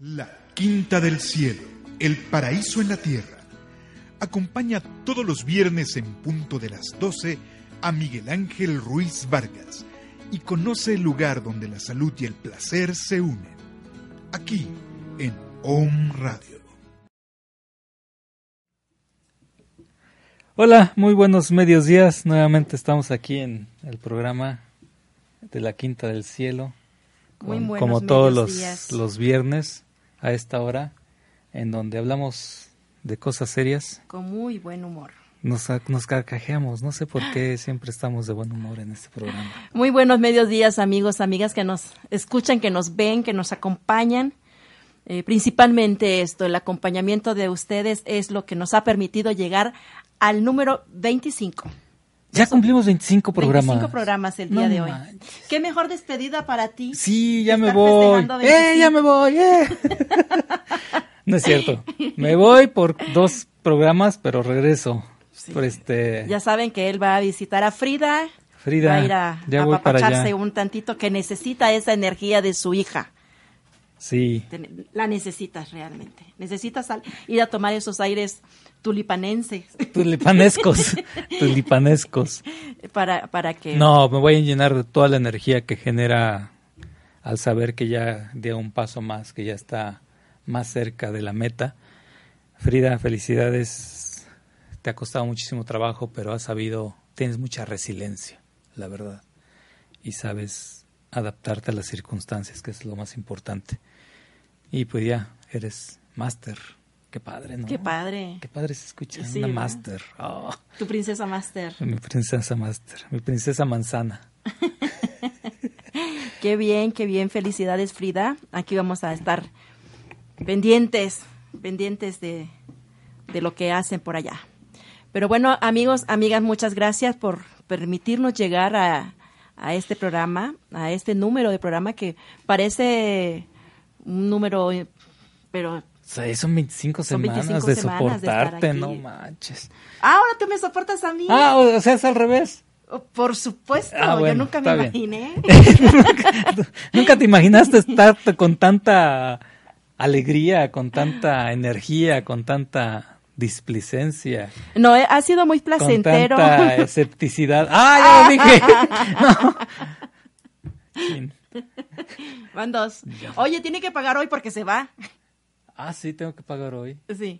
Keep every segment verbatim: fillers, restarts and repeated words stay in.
La Quinta del Cielo, el paraíso en la tierra. Acompaña todos los viernes en punto de las doce a Miguel Ángel Ruiz Vargas y conoce el lugar donde la salud y el placer se unen. Aquí, en Om Radio. Hola, muy buenos medios días. Nuevamente estamos aquí en el programa de La Quinta del Cielo. Muy Con, buenos como todos medios los, días. los viernes a esta hora, en donde hablamos de cosas serias. Con muy buen humor. Nos, nos carcajeamos, no sé por qué siempre estamos de buen humor en este programa. Muy buenos medios días, amigos, amigas que nos escuchan, que nos ven, que nos acompañan. Eh, principalmente esto, el acompañamiento de ustedes es lo que nos ha permitido llegar al número veinticinco. Ya cumplimos veinticinco programas. veinticinco programas el día No de hoy. manches. Qué mejor despedida para ti. Sí, ya me estar voy. festejando veinticinco. ¡Eh, ya me voy! ¡Eh! No es cierto. Me voy por dos programas, pero regreso. Sí. Por este... Ya saben que él va a visitar a Frida. Frida, va a ir a ya voy para apapacharse allá. un tantito, que necesita esa energía de su hija. Sí. La necesitas realmente. Necesitas al- ir a tomar esos aires tulipanenses Tulipanescos. Tulipanescos. para, para que... No, me voy a llenar de toda la energía que genera al saber que ya dio un paso más, que ya está más cerca de la meta. Frida, felicidades. Te ha costado muchísimo trabajo, pero has sabido, tienes mucha resiliencia, la verdad. Y sabes adaptarte a las circunstancias, que es lo más importante. Y pues ya, eres máster. Qué padre, ¿no? Qué padre. Qué padre se escucha, Sí, una ¿verdad? máster. Oh, Tu princesa máster. mi princesa máster, mi princesa manzana. Qué bien, qué bien. Felicidades, Frida. Aquí vamos a estar pendientes, pendientes de, de lo que hacen por allá. Pero bueno, amigos, amigas, muchas gracias por permitirnos llegar a, a este programa, a este número de programa que parece un número, eh, pero... O sea, son veinticinco Son semanas veinticinco de semanas de estar soportarte, aquí. no manches. Ah, ahora tú me soportas a mí. Ah, o sea, es al revés. Oh, por supuesto, Ah, bueno, yo nunca me está bien. imaginé. nunca, nunca te imaginaste estar con tanta alegría, con tanta energía, con tanta displicencia, No, eh, ha sido muy con placentero. tanta escepticidad. ¡Ah, ya lo dije! No. Chin. Van dos. Oye, tiene que pagar hoy porque se va. Ah, sí, tengo que pagar hoy. Sí.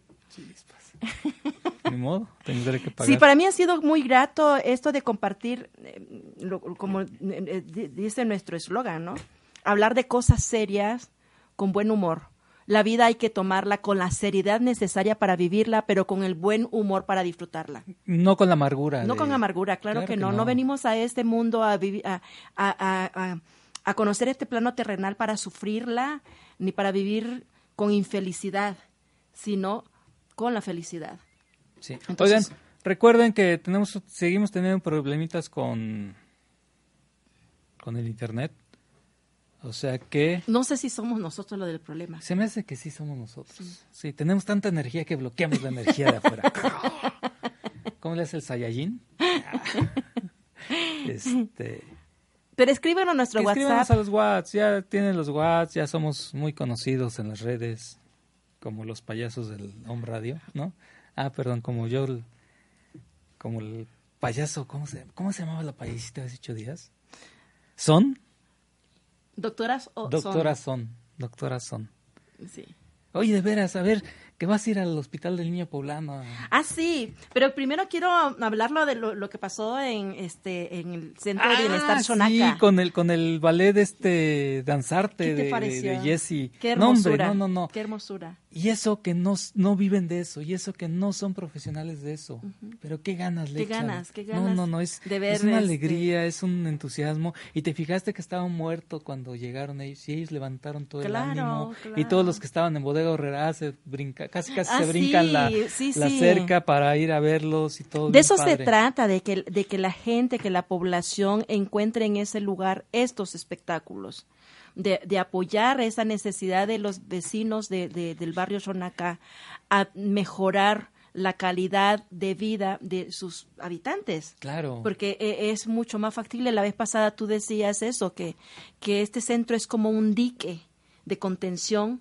Ni modo, tendré que pagar. Sí, para mí ha sido muy grato esto de compartir, eh, lo- como eh, eh, di- dice nuestro eslogan, ¿no? Hablar de cosas serias con buen humor. La vida hay que tomarla con la seriedad necesaria para vivirla, pero con el buen humor para disfrutarla. No con la amargura. No de- con amargura, claro, Claro que, que no. no. no. venimos a este mundo a, vivi- a, a, a, a, a conocer este plano terrenal para sufrirla, ni para vivir con infelicidad, sino con la felicidad. Sí. Entonces- Oigan, recuerden que tenemos, seguimos teniendo problemitas con, con el internet. O sea que No sé si somos nosotros lo del problema. se me hace que sí somos nosotros. Sí, tenemos tanta energía que bloqueamos la energía de afuera. ¿Cómo le hace el Saiyajin? Este, Pero escríbenos a nuestro escríbanos WhatsApp. a los WhatsApp, ya tienen los WhatsApp, ya somos muy conocidos en las redes, como los payasos del Home Radio, ¿no? Ah, perdón, como yo, el- como el payaso, ¿cómo se, cómo se llamaba la payasita hace ocho días? ¿Son? Doctoras o Doctora Son, doctora Son. son. Sí. Oye, de veras, a ver, que vas a ir al Hospital del Niño Poblano. a- Ah, sí, pero primero quiero hablarlo de lo, lo que pasó en este en el Centro de Bienestar Ah, Xonaca. sí, con el con el ballet este Danzarte ¿Qué te de, pareció? de Jessie. Qué No, hombre, hermosura. no, no, no. Qué hermosura. Y eso que no, no viven de eso, y eso que no son profesionales de eso. Pero qué ganas le Qué echan. ganas, qué No, ganas no, no, es, de ver, es una este- alegría, es un entusiasmo. Y te fijaste que estaban muertos cuando llegaron ellos, y ellos levantaron todo Claro, el ánimo. claro. Y todos los que estaban en Bodega Horrera se brinca, casi casi Ah, se brincan sí, la, sí, la sí. cerca para ir a verlos y todo. De bien eso se padre. trata, de que, de que la gente, que la población encuentre en ese lugar estos espectáculos, de, de apoyar esa necesidad de los vecinos de, de- del barrio Xonaca a mejorar la calidad de vida de sus habitantes. Claro. Porque eh, es mucho más factible. La vez pasada tú decías eso, que, que este centro es como un dique de contención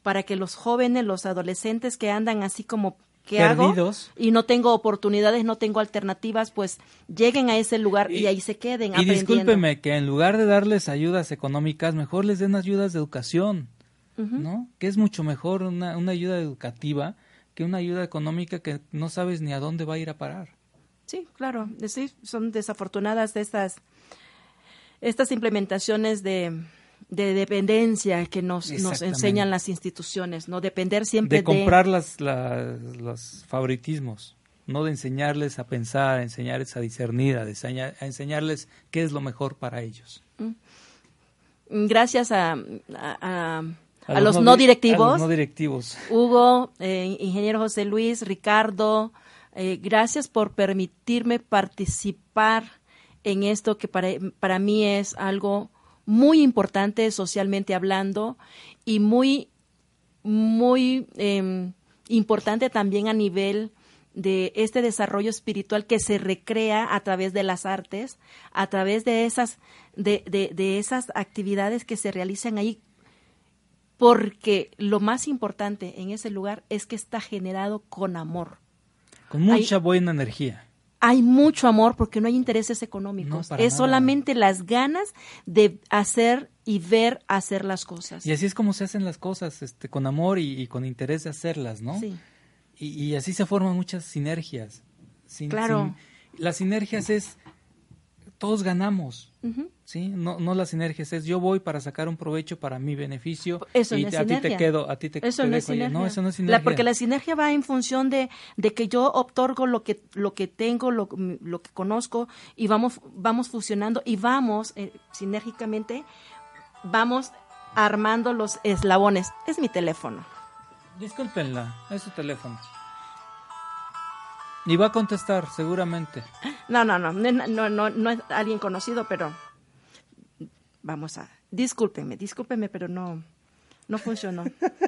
para que los jóvenes, los adolescentes que andan así como ¿qué perdidos hago? Y no tengo oportunidades, no tengo alternativas, pues lleguen a ese lugar y, y ahí se queden y aprendiendo. discúlpeme que en lugar de darles ayudas económicas, mejor les den ayudas de educación, uh-huh. ¿no? Que es mucho mejor una, una ayuda educativa que una ayuda económica que no sabes ni a dónde va a ir a parar. Sí, claro, sí, son desafortunadas estas, estas implementaciones de... de dependencia que nos, nos enseñan las instituciones, no depender siempre de... De comprar las, las, los favoritismos, no de enseñarles a pensar, a enseñarles a discernir, a, enseñar, a enseñarles qué es lo mejor para ellos. Gracias a, a, a, a, a los, los no, no directivos, a los no directivos. Hugo, eh, ingeniero José Luis, Ricardo, eh, gracias por permitirme participar en esto que para, para mí es algo muy importante socialmente hablando y muy, muy eh, importante también a nivel de este desarrollo espiritual que se recrea a través de las artes, a través de esas, de, de, de esas actividades que se realizan ahí, porque lo más importante en ese lugar es que está generado con amor. Con mucha Hay, buena energía. Hay mucho amor porque no hay intereses económicos. No, es nada. solamente las ganas de hacer y ver hacer las cosas. Y así es como se hacen las cosas, este, con amor y, y con interés de hacerlas, ¿no? Sí. Y, y así se forman muchas sinergias. Sin, claro. Sin, las sinergias es, todos ganamos, uh-huh. ¿sí? No, no las sinergias es, yo voy para sacar un provecho para mi beneficio eso y no es a sinergia. ti te quedo, a ti te, eso te no dejo es sinergia. No, eso no es sinergia. La, porque la sinergia va en función de, de que yo otorgo lo que, lo que tengo, lo, lo que conozco y vamos, vamos fusionando y vamos eh, sinérgicamente, vamos armando los eslabones. Es mi teléfono. Discúlpenla, es su teléfono. Y va a contestar, seguramente. No, no, no, no, no, no, no es alguien conocido, pero vamos a... Discúlpenme, discúlpenme, pero no, no funcionó.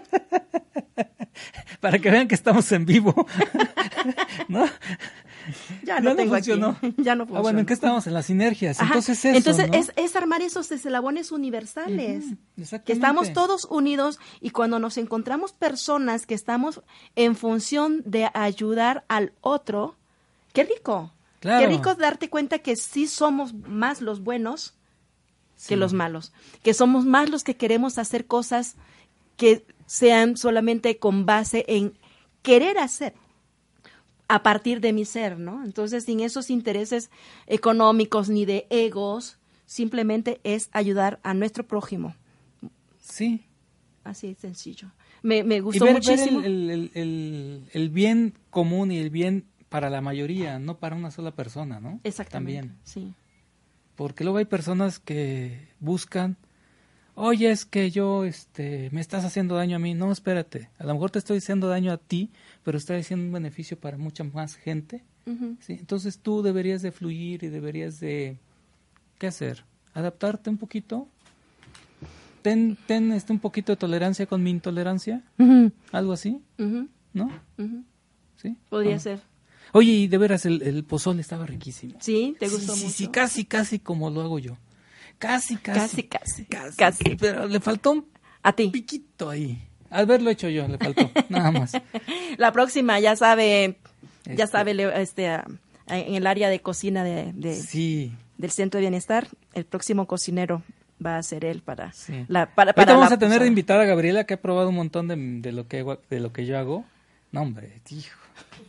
Para que vean que estamos en vivo. ¿No? Ya no, no tengo funcionó. Aquí. Ya no funcionó. Ah, bueno, ¿en qué estamos? En las sinergias. Ajá. Entonces eso, Entonces ¿no? es, es armar esos eslabones universales. Uh-huh. Que estamos todos unidos y cuando nos encontramos personas que estamos en función de ayudar al otro, ¡qué rico! Claro. Qué rico darte cuenta que sí somos más los buenos sí. que los malos. Que somos más los que queremos hacer cosas que sean solamente con base en querer hacer a partir de mi ser, ¿no? Entonces, sin esos intereses económicos ni de egos, simplemente es ayudar a nuestro prójimo. Sí. Así es sencillo. Me, me gustó y ver, muchísimo. Ver el, el, el, el bien común y el bien para la mayoría, no para una sola persona, ¿no? Exactamente, también. Sí. Porque luego hay personas que buscan, oye, es que yo, este, me estás haciendo daño a mí. No, espérate, a lo mejor te estoy haciendo daño a ti, pero estoy haciendo un beneficio para mucha más gente. Uh-huh. ¿Sí? Entonces tú deberías de fluir y deberías de, ¿qué hacer? Adaptarte un poquito. Ten, ten este, un poquito de tolerancia con mi intolerancia. Uh-huh. Algo así, uh-huh. ¿no? Uh-huh. ¿Sí? Podría bueno. ser. Oye, y de veras, el, el pozole estaba riquísimo. Sí, ¿te gustó sí, mucho? Sí, sí, casi, casi como lo hago yo. Casi, casi. Casi, casi. Casi, casi. Pero le faltó un a ti. piquito ahí. Al haberlo hecho yo, le faltó, nada más. La próxima, ya sabe, este, ya sabe, este, en el área de cocina de, de sí. del Centro de Bienestar, el próximo cocinero va a ser él para sí. la para, para vamos la, a tener de invitar a Gabriela, que ha probado un montón de, de lo que de lo que yo hago. No, hombre, hijo.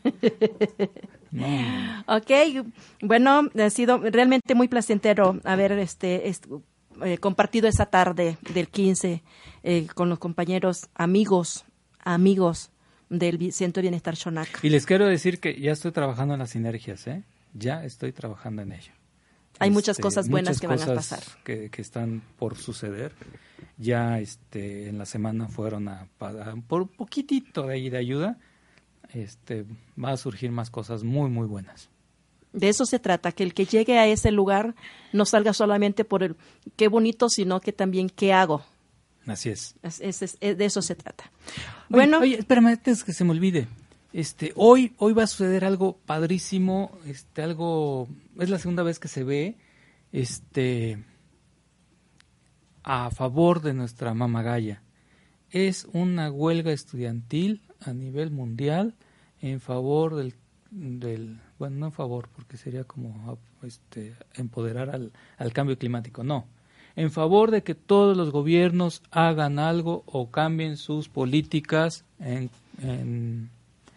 No. Ok, bueno, ha sido realmente muy placentero haber este, este eh, compartido esa tarde del quince eh, con los compañeros, amigos, amigos del Centro de Bienestar Xonac. Y les quiero decir que ya estoy trabajando en las sinergias, ¿eh? Ya estoy trabajando en ello. Hay este, muchas cosas buenas muchas que van cosas a pasar. Que, que están por suceder. Ya este, en la semana fueron a pagar por un poquitito de ahí de ayuda. Este, va a surgir más cosas muy, muy buenas. De eso se trata, que el que llegue a ese lugar no salga solamente por el qué bonito, sino que también qué hago. Así es. Es, es, es, es de eso se trata. Oye, Bueno, oye, espérame, antes que se me olvide. Este, hoy, hoy va a suceder algo padrísimo, este, algo, es la segunda vez que se ve, este, a favor de nuestra Mama Gaia. es una huelga estudiantil a nivel mundial en favor del, del bueno, no en favor, porque sería como este, empoderar al, al cambio climático, no, en favor de que todos los gobiernos hagan algo o cambien sus políticas en, en,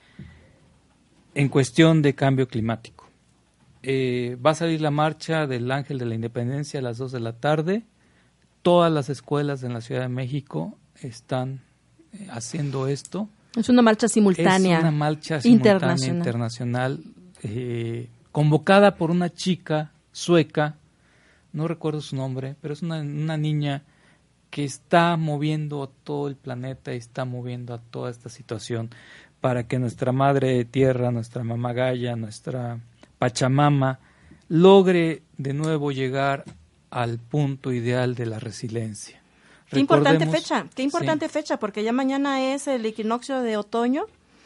en cuestión de cambio climático. Eh, va a salir la marcha del Ángel de la Independencia a las dos de la tarde. Todas las escuelas en la Ciudad de México están eh, haciendo esto. Es una marcha simultánea. Es una marcha simultánea internacional, internacional eh, convocada por una chica sueca, no recuerdo su nombre, pero es una, una niña que está moviendo a todo el planeta y está moviendo a toda esta situación para que nuestra madre tierra, nuestra mamá Gaia, nuestra Pachamama logre de nuevo llegar al punto ideal de la resiliencia. Qué importante fecha, qué importante sí. fecha, porque ya mañana es el equinoccio de otoño.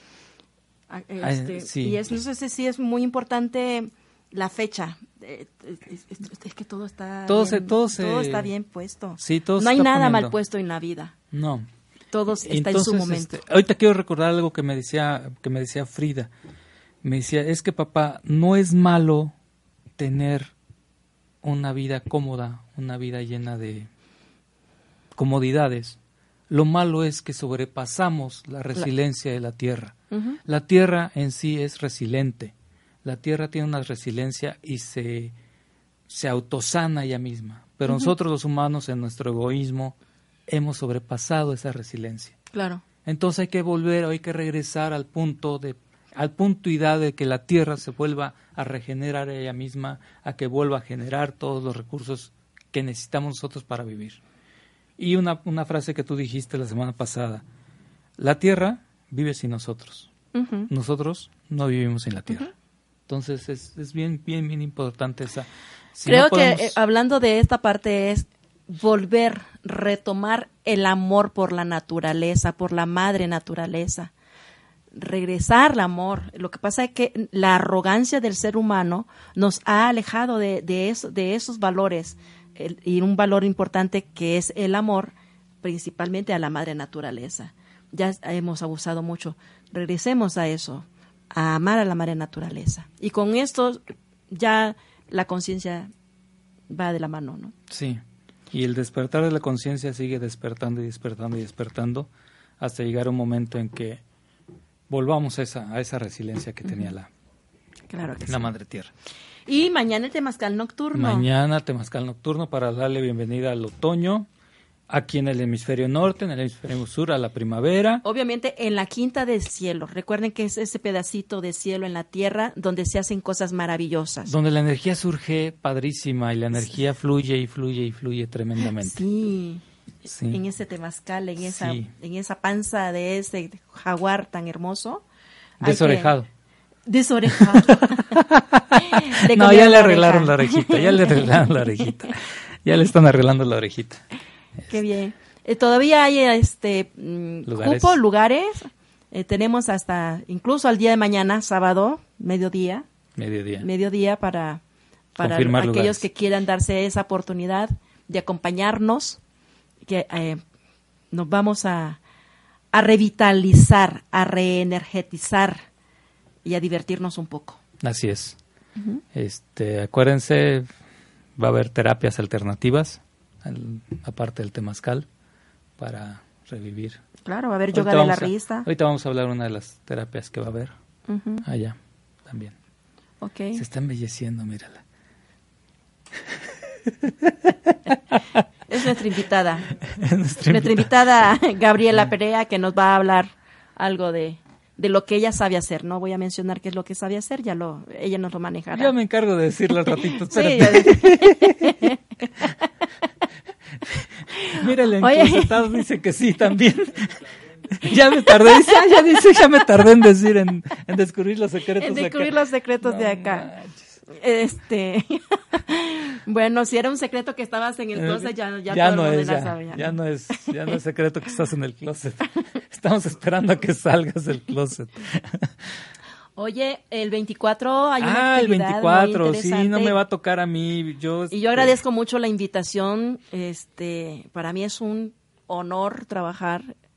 Este, sí. Y es, no sé si es muy importante la fecha. Es, es, es que todo está todo, bien, se, todo, se, todo está bien puesto. Sí, todo no hay nada poniendo. mal puesto en la vida. No. Todo está Entonces, en su momento. Este, ahorita quiero recordar algo que me decía, que me decía Frida. Me decía, es que papá, no es malo tener una vida cómoda, una vida llena de comodidades. Lo malo es que sobrepasamos la resiliencia de la tierra. Uh-huh. La tierra en sí es resiliente. La tierra tiene una resiliencia y se, se autosana ella misma. Pero uh-huh. nosotros los humanos en nuestro egoísmo hemos sobrepasado esa resiliencia. Claro. Entonces hay que volver, hay que regresar al punto de al punto ideal de que la tierra se vuelva a regenerar ella misma, a que vuelva a generar todos los recursos que necesitamos nosotros para vivir. Y una, una frase que tú dijiste la semana pasada, la tierra vive sin nosotros, uh-huh. nosotros no vivimos sin la tierra. Uh-huh. Entonces es, es bien, bien, bien importante esa. Si Creo no podemos... que eh, hablando de esta parte es volver, retomar el amor por la naturaleza, por la madre naturaleza. Regresar al amor. Lo que pasa es que la arrogancia del ser humano nos ha alejado de, de, eso, de esos valores el, y un valor importante que es el amor, principalmente a la madre naturaleza. Ya hemos abusado mucho. Regresemos a eso, a amar a la madre naturaleza. Y con esto ya la conciencia va de la mano, ¿no? Sí. Y el despertar de la conciencia sigue despertando y despertando y despertando hasta llegar a un momento en que volvamos a esa, a esa resiliencia que tenía la, claro que la sí. Madre Tierra. Y mañana el Temazcal Nocturno. Mañana Temazcal Nocturno para darle bienvenida al otoño, aquí en el hemisferio norte, en el hemisferio sur, a la primavera. Obviamente en la Quinta del Cielo. Recuerden que es ese pedacito de cielo en la tierra donde se hacen cosas maravillosas. Donde la energía surge padrísima y la energía sí. fluye y fluye y fluye tremendamente. Sí. Sí. En ese temazcal, en esa, sí. en esa panza de ese jaguar tan hermoso. Desorejado. Que... Desorejado. No, ya le arreglaron la orejita, ya le arreglaron la orejita. Ya le están arreglando la orejita. Qué bien. Eh, todavía hay este lugares. cupo, lugares. Eh, tenemos hasta, incluso al día de mañana, sábado, mediodía. Mediodía. Mediodía para, para Confirmar aquellos lugares. que quieran darse esa oportunidad de acompañarnos. Que eh, nos vamos a, a revitalizar, a reenergetizar y a divertirnos un poco. Así es. Uh-huh. Este, acuérdense, va a haber terapias alternativas, al, aparte del temazcal, para revivir. Claro, va a haber yoga de la risa. Ahorita vamos a hablar de una de las terapias que va a haber uh-huh. allá también. Okay. Se está embelleciendo, mírala. Es nuestra invitada. Es nuestra, nuestra invitada Gabriela Perea, que nos va a hablar algo de, de lo que ella sabe hacer. No voy a mencionar qué es lo que sabe hacer, ya lo ella nos lo manejará. Yo me encargo de decirlo al ratito. Sí, Mírale, en dice que sí también. Ya me tardé, dice, ya dice, ya me tardé en decir, en, en descubrir los secretos en de acá. descubrir los secretos no, de acá. Manches. Este, bueno, si era un secreto que estabas en el closet, ya, ya, ya todo no el mundo es, la ya, sabe. Ya, ya no. no es, ya no es secreto que estás en el closet. Estamos esperando a que salgas del closet. Oye, el veinticuatro hay una ah, el actividad veinticuatro, muy interesante. Sí, no me va a tocar a mí. Yo, y yo agradezco este... mucho la invitación. Este, para mí es un honor trabajar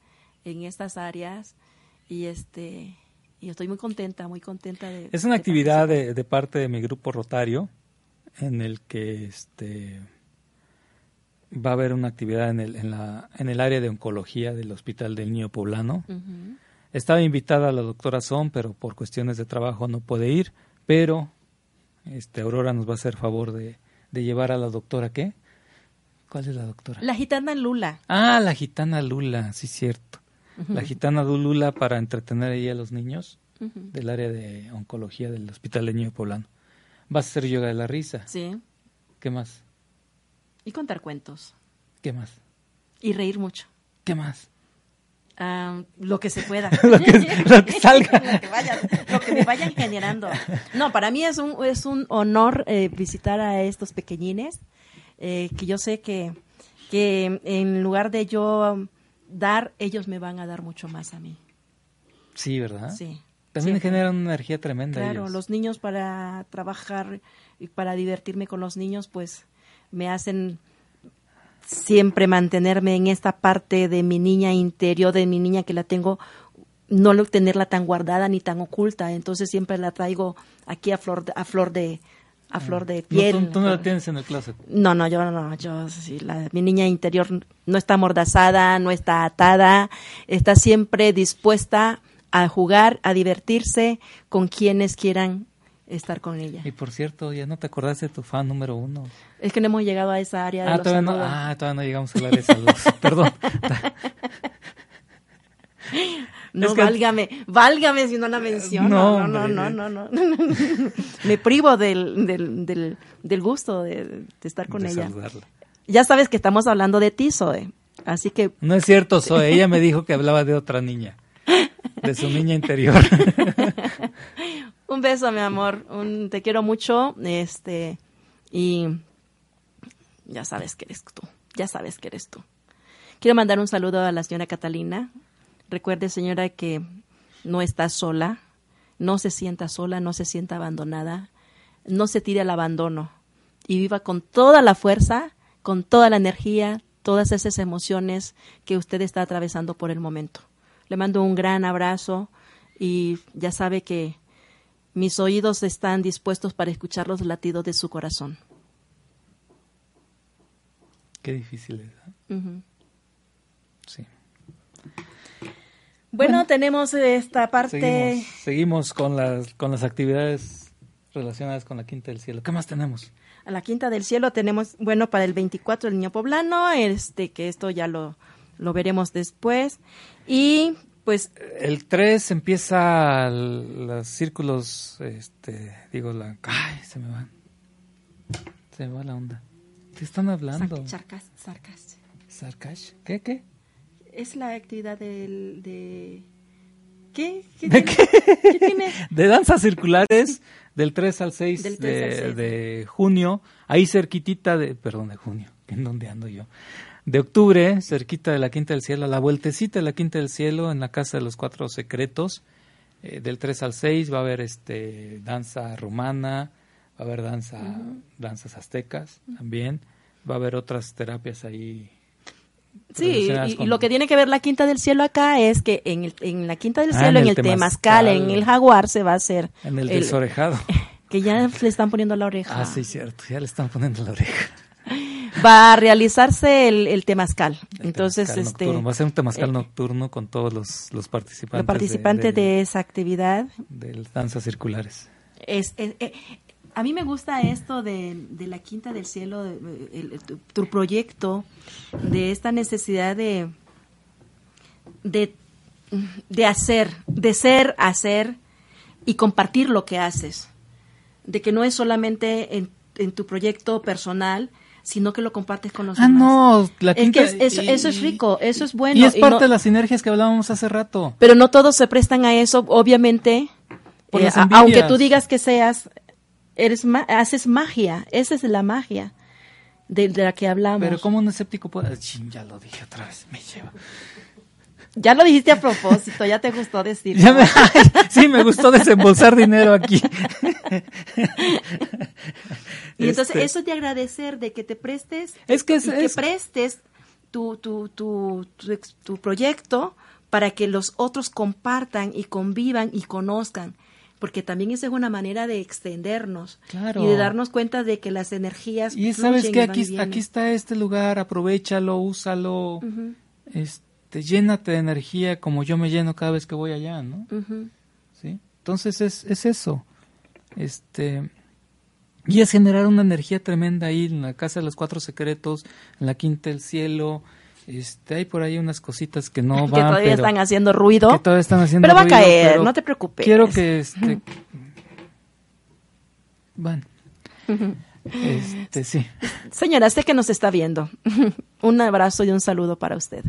en estas áreas y este y estoy muy contenta, muy contenta de... Es una de actividad de, de parte de mi grupo Rotario en el que este va a haber una actividad en el, en la, en el área de oncología del Hospital del Niño Poblano. Uh-huh. Estaba invitada la doctora Son, pero por cuestiones de trabajo no puede ir, pero este Aurora nos va a hacer favor de, de llevar a la doctora, ¿qué? ¿Cuál es la doctora? La gitana Lula. Ah, la gitana Lula, sí, cierto. Uh-huh. La gitana Lula para entretener ahí a los niños Uh-huh. del área de oncología del Hospital del Niño Poblano. Vas a hacer yoga de la risa. Sí. ¿Qué más? Y contar cuentos. ¿Qué más? Y reír mucho. ¿Qué más? Uh, lo que se pueda. lo, que, lo que salga. lo, que vaya, lo que me vayan generando. No, para mí es un, es un honor eh, visitar a estos pequeñines, eh, que yo sé que, que en lugar de yo dar, ellos me van a dar mucho más a mí. Sí, ¿verdad? Sí. También Siempre. generan una energía tremenda. Claro, ellos. los niños para trabajar y para divertirme con los niños, pues me hacen siempre mantenerme en esta parte de mi niña interior, de mi niña que la tengo, no tenerla tan guardada ni tan oculta, entonces siempre la traigo aquí a flor de, a flor de a flor de piel. No, tú, tú no la tienes en el closet. No, no, yo no, yo sí, la, mi niña interior no está amordazada, no está atada, está siempre dispuesta a jugar, a divertirse con quienes quieran estar con ella. Y por cierto, ya no te acordaste de tu fan número uno. Es que no hemos llegado a esa área de Ah, los todavía no, saludos. ah, todavía no llegamos al área de saludos. Perdón. No, es que... válgame, válgame si no la menciono. No, no, no, no, no, no. Me privo del, del, del, del gusto de, de estar con de ella. Saludarla. Ya sabes que estamos hablando de ti, Zoe. Así que... No es cierto, Zoe. Ella me dijo que hablaba de otra niña. De su niña interior. Un beso, mi amor. Un, te quiero mucho. Este, y ya sabes que eres tú. Ya sabes que eres tú. Quiero mandar un saludo a la señora Catalina. Recuerde, señora, que no está sola. No se sienta sola, no se sienta abandonada. No se tire al abandono. Y viva con toda la fuerza, con toda la energía, todas esas emociones que usted está atravesando por el momento. Le mando un gran abrazo y ya sabe que mis oídos están dispuestos para escuchar los latidos de su corazón. Qué difícil es, ¿eh? Uh-huh. Sí. Bueno, Bueno, tenemos esta parte. Seguimos, seguimos con las con las actividades relacionadas con la Quinta del Cielo. ¿Qué más tenemos? A la Quinta del Cielo tenemos, bueno, para el veinticuatro el Niño Poblano, este que esto ya lo, lo veremos después. Y pues... El tres empieza el- los círculos, este, digo, la... Ay, se me van. Se me va la onda. ¿Qué están hablando? Sarcas, sarcas. ¿Sarcash? ¿Qué, qué? Es la actividad del, de... ¿Qué? ¿Qué, ¿De tiene? qué? ¿Qué tiene? De danzas circulares del tres al seis, Del tres de, al seis. de junio, ahí cerquitita de, perdón, de junio, ¿en dónde ando yo? De octubre, cerquita de la Quinta del Cielo, a la vueltecita de la Quinta del Cielo, en la Casa de los Cuatro Secretos, eh, del tres al seis va a haber este danza rumana, va a haber danza, uh-huh. danzas aztecas también, va a haber otras terapias ahí. Sí, y, con... y lo que tiene que ver la Quinta del Cielo acá es que en, el, en la Quinta del Cielo, ah, en, en el Temazcal, en el Jaguar, se va a hacer... En el, el desorejado. Que ya le están poniendo la oreja. Ah, sí, cierto, ya le están poniendo la oreja. Va a realizarse el, el Temazcal. El Entonces, temazcal este nocturno. Va a ser un Temazcal eh, nocturno con todos los, los participantes. Los participantes de, de, de esa actividad. De las danzas circulares. Es, es, es, a mí me gusta esto de, de la Quinta del Cielo, el, el, tu, tu proyecto, de esta necesidad de, de, de hacer, de ser, hacer y compartir lo que haces. De que no es solamente en, en tu proyecto personal, sino que lo compartes con los ah, demás. No, la quinta, es que es, eso, y, eso es rico, eso es bueno. Y es parte y no, de las sinergias que hablábamos hace rato. Pero no todos se prestan a eso, obviamente. Por eh, las a, aunque tú digas que seas, eres ma- haces magia, esa es la magia de, de la que hablamos. Pero ¿cómo un escéptico puede...? Chin, ya lo dije otra vez, me lleva. Ya lo dijiste a propósito, ya te gustó decir. Me, sí, me gustó desembolsar dinero aquí. Y entonces este, eso es de agradecer, de que te prestes, es que, es, y que es, prestes tu, tu, tu, tu, ex- tu proyecto para que los otros compartan y convivan y conozcan. Porque también esa es una manera de extendernos Claro. y de darnos cuenta de que las energías Y sabes fluyen que y van aquí, y vienen. aquí está este lugar, aprovéchalo, úsalo, Ujú, este, llénate de energía como yo me lleno cada vez que voy allá, ¿no? ujú. ¿Sí? Entonces es, es eso. Este, y es generar una energía tremenda ahí en la Casa de los Cuatro Secretos, en la Quinta del Cielo. Este, hay por ahí unas cositas que no van, que todavía pero están haciendo ruido. que todavía están haciendo pero va a ruido, caer, pero no te preocupes. Quiero que este, bueno, este, sí. Señora, sé que nos está viendo. Un abrazo y un saludo para usted.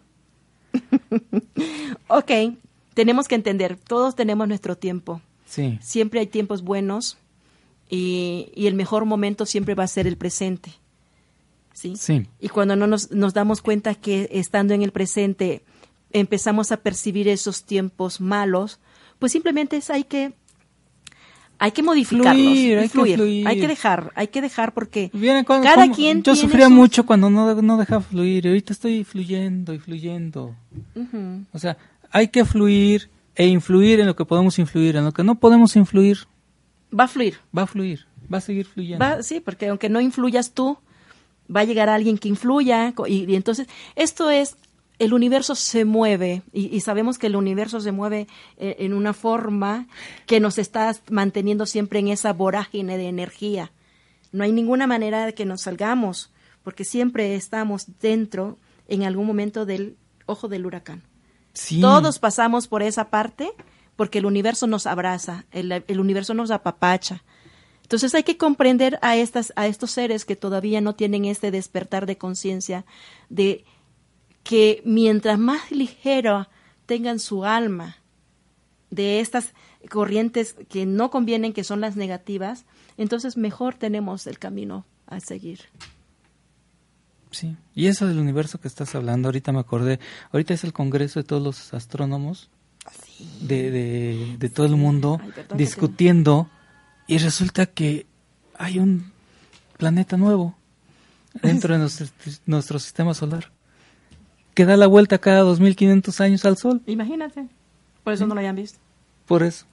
Ok, tenemos que entender, todos tenemos nuestro tiempo. Sí. Siempre hay tiempos buenos y, y el mejor momento siempre va a ser el presente. ¿Sí? Sí. Y cuando no nos, nos damos cuenta que estando en el presente empezamos a percibir esos tiempos malos, pues simplemente es, hay que hay que modificarlos, Fluir, hay que fluir, fluir. hay que dejar, hay que dejar porque Vieron cuando- cada cómo- quien yo tiene sufría sus- mucho cuando no, no dejaba fluir y ahorita estoy fluyendo y fluyendo. Ujú. O sea, hay que fluir e influir en lo que podemos influir, en lo que no podemos influir, va a fluir. va a fluir, va a seguir fluyendo. Va, sí, porque aunque no influyas tú, va a llegar alguien que influya co- y, y entonces esto es, el universo se mueve y, y sabemos que el universo se mueve eh, en una forma que nos está manteniendo siempre en esa vorágine de energía. No hay ninguna manera de que nos salgamos porque siempre estamos dentro en algún momento del ojo del huracán. Sí. Todos pasamos por esa parte porque el universo nos abraza, el, el universo nos apapacha. Entonces hay que comprender a estas, a estos seres que todavía no tienen este despertar de conciencia de que mientras más ligero tengan su alma de estas corrientes que no convienen, que son las negativas, entonces mejor tenemos el camino a seguir. Sí. Y eso del universo que estás hablando, ahorita me acordé, ahorita es el congreso de todos los astrónomos de, de, de todo el mundo Ay, perdón, discutiendo y resulta que hay un planeta nuevo dentro de nuestro, nuestro sistema solar que da la vuelta cada dos mil quinientos años al Sol. Imagínate, por eso no lo hayan visto. Por eso.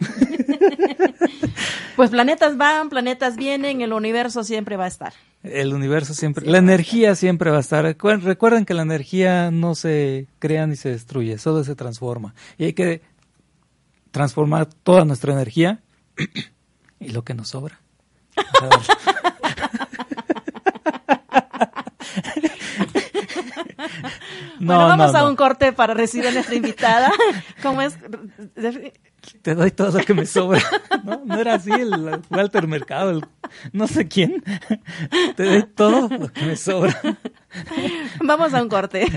Pues planetas van, planetas vienen, el universo siempre va a estar. El universo siempre, Sí, la va a energía siempre va a estar. Recuer- Recuerden que la energía no se crea ni se destruye, solo se transforma. Y hay que transformar toda nuestra energía y lo que nos sobra. A ver. No, bueno, vamos no, a no. un corte para recibir a nuestra invitada. ¿Cómo es? Te doy todo lo que me sobra. No, no era así el Walter Mercado, el, no sé quién. Te doy todo lo que me sobra. Vamos a un corte.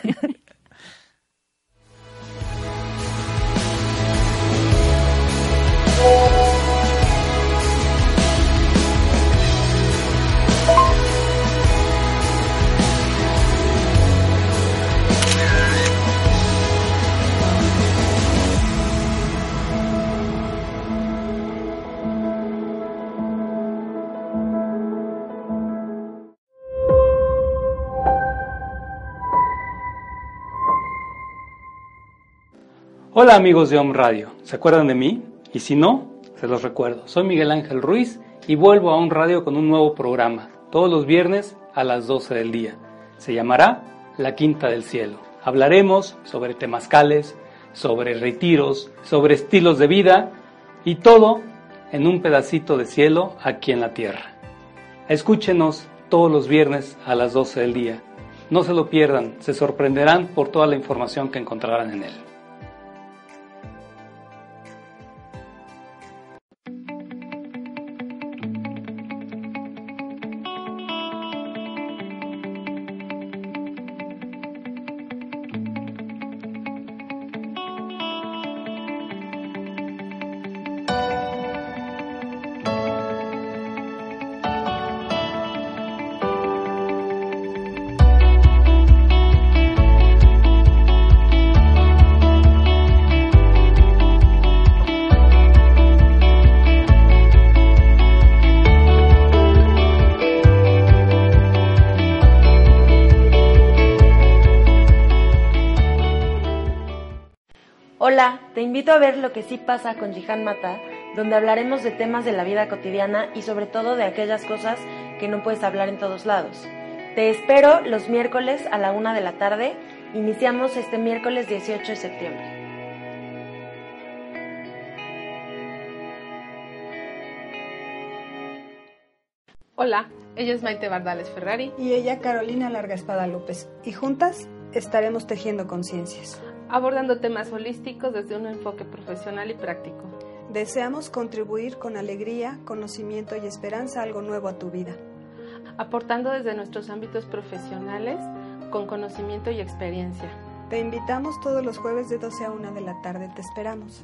Hola amigos de Om Radio, ¿se acuerdan de mí? Y si no, se los recuerdo. Soy Miguel Ángel Ruiz y vuelvo a Om Radio con un nuevo programa, todos los viernes a las doce del día. Se llamará La Quinta del Cielo. Hablaremos sobre temazcales, sobre retiros, sobre estilos de vida y todo en un pedacito de cielo aquí en la tierra. Escúchenos todos los viernes a las doce del día. No se lo pierdan, se sorprenderán por toda la información que encontrarán en él. Hola, te invito a ver Lo que sí pasa con Jihan Mata, donde hablaremos de temas de la vida cotidiana y sobre todo de aquellas cosas que no puedes hablar en todos lados. Te espero los miércoles a la una de la tarde. Iniciamos este miércoles dieciocho de septiembre. Hola, ella es Maite Bardales Ferrari. Y ella Carolina Larga Espada López. Y juntas estaremos tejiendo conciencias, abordando temas holísticos desde un enfoque profesional y práctico. Deseamos contribuir con alegría, conocimiento y esperanza algo nuevo a tu vida. Aportando desde nuestros ámbitos profesionales con conocimiento y experiencia. Te invitamos todos los jueves de doce a una de la tarde. Te esperamos.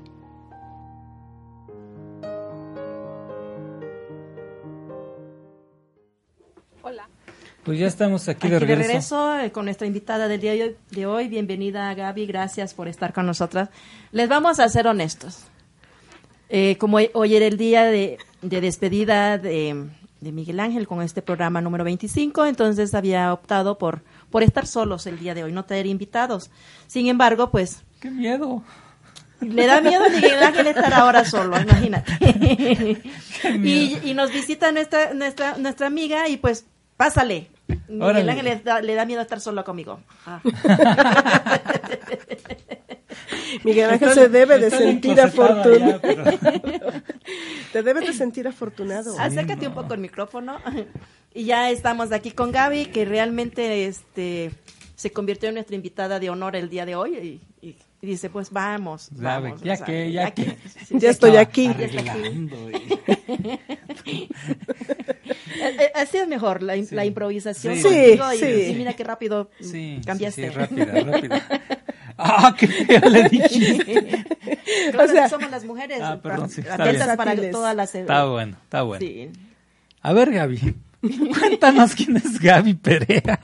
Hola. Pues ya estamos aquí, aquí de regreso. de regreso eh, con nuestra invitada del día de hoy, de hoy. Bienvenida, Gaby, gracias por estar con nosotras. Les vamos a ser honestos. Eh, como hoy era el día de, de despedida de, de Miguel Ángel con este programa número veinticinco, entonces había optado por, por estar solos el día de hoy, no traer invitados. Sin embargo, pues... ¡Qué miedo! Le da miedo a Miguel Ángel estar ahora solo, imagínate. y, y nos visita nuestra, nuestra, nuestra amiga y pues... Pásale. Órale. Miguel Ángel le da, le da miedo estar solo conmigo. Ah. Miguel Ángel se debe de sentir afortunado. Pero... Te debes de sentir afortunado. Sí, Acércate no. un poco al micrófono. Y ya estamos aquí con Gaby, que realmente este se convirtió en nuestra invitada de honor el día de hoy. Y, y, y dice, pues vamos. Gaby, vamos ya, o sea, que, ya, ya que, que. Sí, ya estoy aquí. Ya está aquí. Así es mejor, la, sí. la improvisación. Sí, contigo, sí, y, sí. y mira qué rápido sí, cambiaste. Sí, sí, rápida, rápida. ¡Ah, qué feo le dijiste! Claro, o sea, somos las mujeres. Ah, perdón, sí, atentas para todas las... Está bueno, está bueno. Sí. A ver, Gaby, cuéntanos quién es Gaby Perea.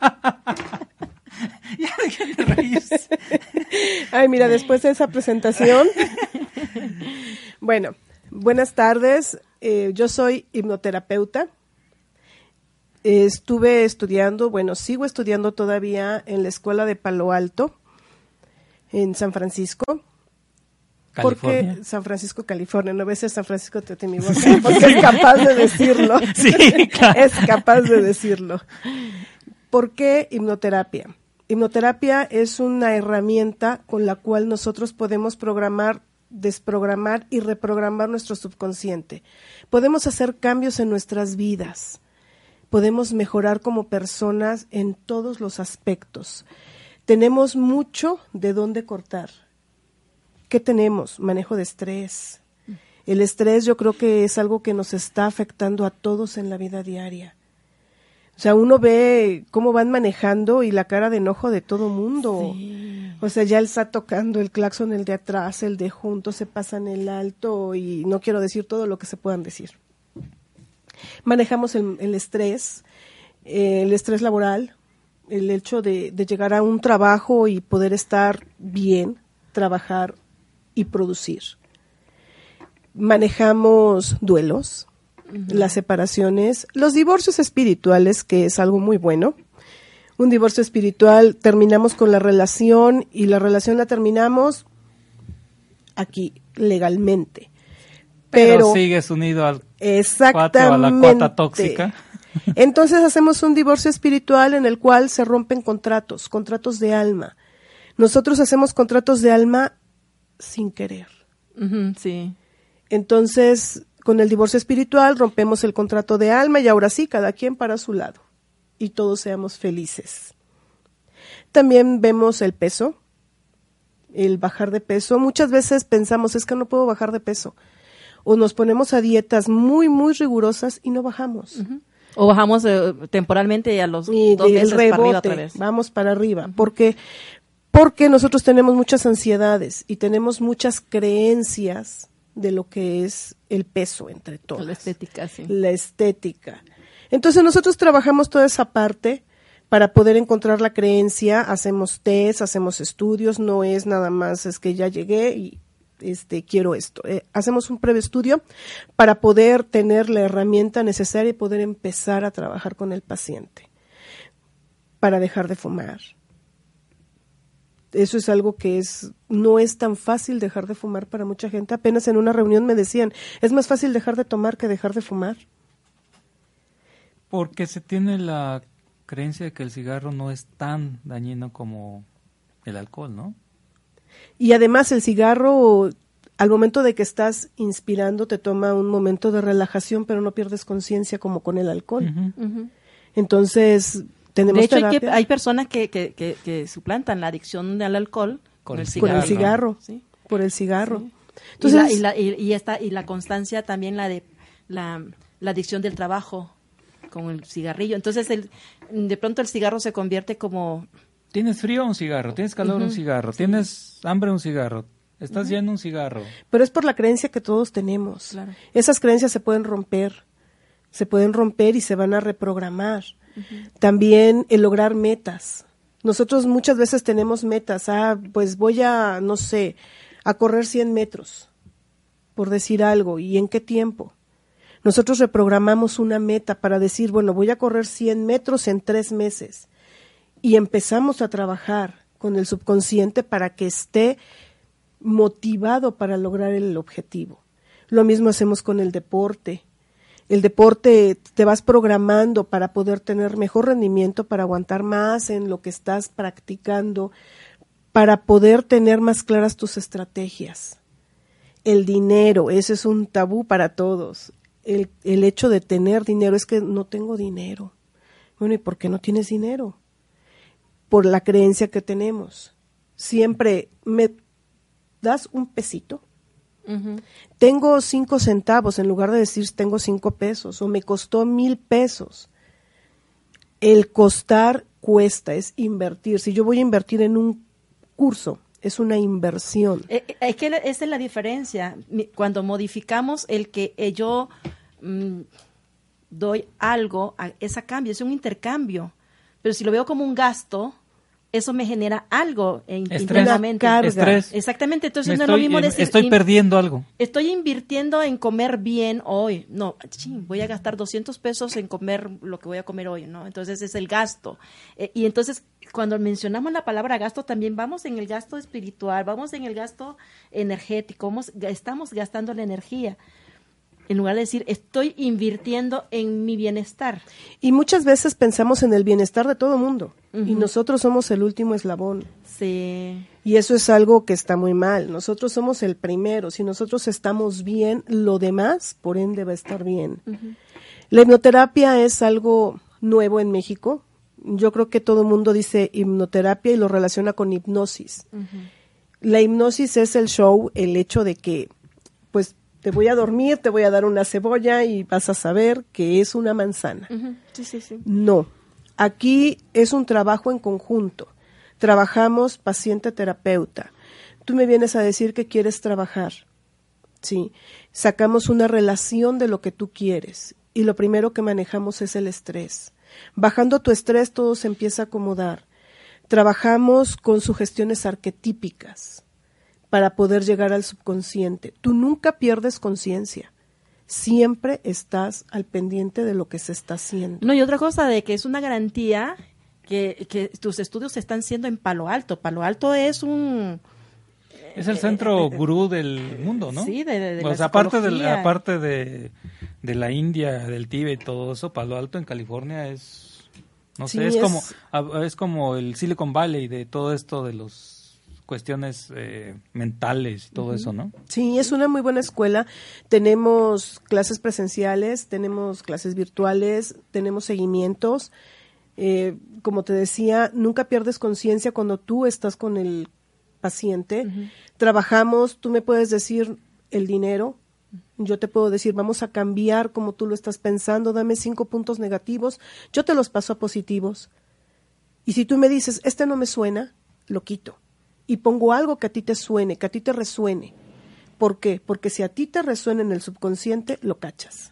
Ya dejen de reírse. Ay, mira, después de esa presentación... Bueno, buenas tardes. Eh, yo soy hipnoterapeuta. Eh, estuve estudiando, bueno, sigo estudiando todavía en la escuela de Palo Alto, en San Francisco. California. Porque San Francisco, California, no ves a San Francisco Teotihuacán, porque es capaz de decirlo. Sí, claro. Es capaz de decirlo. ¿Por qué hipnoterapia? Hipnoterapia es una herramienta con la cual nosotros podemos programar, desprogramar y reprogramar nuestro subconsciente. Podemos hacer cambios en nuestras vidas. Podemos mejorar como personas en todos los aspectos. Tenemos mucho de dónde cortar. ¿Qué tenemos? Manejo de estrés. El estrés yo creo que es algo que nos está afectando a todos en la vida diaria. O sea, uno ve cómo van manejando y la cara de enojo de todo mundo. Sí. O sea, ya él está tocando el claxon, el de atrás, el de junto, se pasan el alto y no quiero decir todo lo que se puedan decir. Manejamos el, el estrés, eh, el estrés laboral, el hecho de, de llegar a un trabajo y poder estar bien, trabajar y producir. Manejamos duelos, uh-huh. las separaciones, los divorcios espirituales, que es algo muy bueno. Un divorcio espiritual, terminamos con la relación y la relación la terminamos aquí, legalmente. Pero, Pero sigues unido al exactamente. Cuate o a la cuata tóxica. Entonces hacemos un divorcio espiritual en el cual se rompen contratos, contratos de alma. Nosotros hacemos contratos de alma sin querer. Uh-huh, sí. Entonces, con el divorcio espiritual rompemos el contrato de alma y ahora sí, cada quien para su lado. Y todos seamos felices. También vemos el peso, el bajar de peso. Muchas veces pensamos, es que no puedo bajar de peso. O nos ponemos a dietas muy, muy rigurosas y no bajamos. Uh-huh. O bajamos eh, temporalmente a los y dos meses el rebote, para arriba otra vez. Vamos para arriba. Uh-huh. Porque, porque nosotros tenemos muchas ansiedades y tenemos muchas creencias de lo que es el peso entre todas. La estética, sí. La estética. Entonces nosotros trabajamos toda esa parte para poder encontrar la creencia, hacemos test, hacemos estudios, no es nada más es que ya llegué y este quiero esto. Eh, hacemos un previo estudio para poder tener la herramienta necesaria y poder empezar a trabajar con el paciente para dejar de fumar, Eso es algo que es no es tan fácil dejar de fumar para mucha gente. Apenas en una reunión me decían, es más fácil dejar de tomar que dejar de fumar. Porque se tiene la creencia de que el cigarro no es tan dañino como el alcohol, ¿no? Y además el cigarro, al momento de que estás inspirando, te toma un momento de relajación, pero no pierdes conciencia como con el alcohol. Uh-huh. Uh-huh. Entonces, tenemos de hecho, hay, terapia. que, hay personas que, que, que, que suplantan la adicción al alcohol con, con el cigarro. Con el cigarro, ¿sí? Por el cigarro. Sí. Entonces, y, la, y, la, y, y, esta, y la constancia también, la de la, la adicción del trabajo con el cigarrillo. Entonces, el, de pronto el cigarro se convierte como... Tienes frío, un cigarro. Tienes calor, uh-huh. un cigarro. Sí. Tienes hambre, un cigarro. Estás uh-huh. lleno, un cigarro. Pero es por la creencia que todos tenemos. Claro. Esas creencias se pueden romper. Se pueden romper y se van a reprogramar. Uh-huh. También el lograr metas. Nosotros muchas veces tenemos metas. Ah, pues voy a, no sé, a correr cien metros, por decir algo. ¿Y en qué tiempo? Nosotros reprogramamos una meta para decir, bueno, voy a correr cien metros en tres meses. Y empezamos a trabajar con el subconsciente para que esté motivado para lograr el objetivo. Lo mismo hacemos con el deporte. El deporte te vas programando para poder tener mejor rendimiento, para aguantar más en lo que estás practicando, para poder tener más claras tus estrategias. El dinero, ese es un tabú para todos. El, el hecho de tener dinero es que no tengo dinero. Bueno, ¿y por qué no tienes dinero? Por la creencia que tenemos. Siempre me das un pesito. Uh-huh. Tengo cinco centavos en lugar de decir tengo cinco pesos o me costó mil pesos. El costar cuesta, es invertir. Si yo voy a invertir en un curso, es una inversión. Es eh, eh, que esa es la diferencia. Cuando modificamos el que eh, yo mmm, doy algo, a, es a cambio, es un intercambio. Pero si lo veo como un gasto, eso me genera algo internamente. Estrés. Exactamente, entonces me no estoy, es lo mismo decir... Estoy perdiendo algo. Estoy invirtiendo en comer bien hoy. No, ching, voy a gastar doscientos pesos en comer lo que voy a comer hoy, ¿no? Entonces es el gasto. Eh, y entonces cuando mencionamos la palabra gasto, también vamos en el gasto espiritual, vamos en el gasto energético, vamos, estamos gastando la energía. En lugar de decir, estoy invirtiendo en mi bienestar. Y muchas veces pensamos en el bienestar de todo el mundo. Uh-huh. Y nosotros somos el último eslabón. Sí. Y eso es algo que está muy mal. Nosotros somos el primero. Si nosotros estamos bien, lo demás, por ende, va a estar bien. Uh-huh. La hipnoterapia es algo nuevo en México. Yo creo que todo el mundo dice hipnoterapia y lo relaciona con hipnosis. Uh-huh. La hipnosis es el show, el hecho de que, pues, te voy a dormir, te voy a dar una cebolla y vas a saber que es una manzana. Uh-huh. Sí, sí, sí. No, aquí es un trabajo en conjunto. Trabajamos paciente-terapeuta. Tú me vienes a decir que quieres trabajar. Sí, sacamos una relación de lo que tú quieres y lo primero que manejamos es el estrés. Bajando tu estrés todo se empieza a acomodar. Trabajamos con sugestiones arquetípicas para poder llegar al subconsciente. Tú nunca pierdes conciencia. Siempre estás al pendiente de lo que se está haciendo. No, y otra cosa de que es una garantía que, que tus estudios se están haciendo en Palo Alto. Palo Alto es un... Es el centro eh, gurú del mundo, ¿no? Sí, de, de, de pues la aparte de la, aparte de, de la India, del Tíbet y todo eso, Palo Alto en California es... No sé, sí, es, es como es como el Silicon Valley de todo esto de los... cuestiones eh, mentales y todo uh-huh. eso, ¿no? Sí, es una muy buena escuela. Tenemos clases presenciales, tenemos clases virtuales, tenemos seguimientos. Eh, como te decía, nunca pierdes conciencia cuando tú estás con el paciente. Uh-huh. Trabajamos, tú me puedes decir el dinero, yo te puedo decir, vamos a cambiar como tú lo estás pensando, dame cinco puntos negativos, yo te los paso a positivos. Y si tú me dices, este no me suena, lo quito. Y pongo algo que a ti te suene, que a ti te resuene. ¿Por qué? Porque si a ti te resuena en el subconsciente, lo cachas.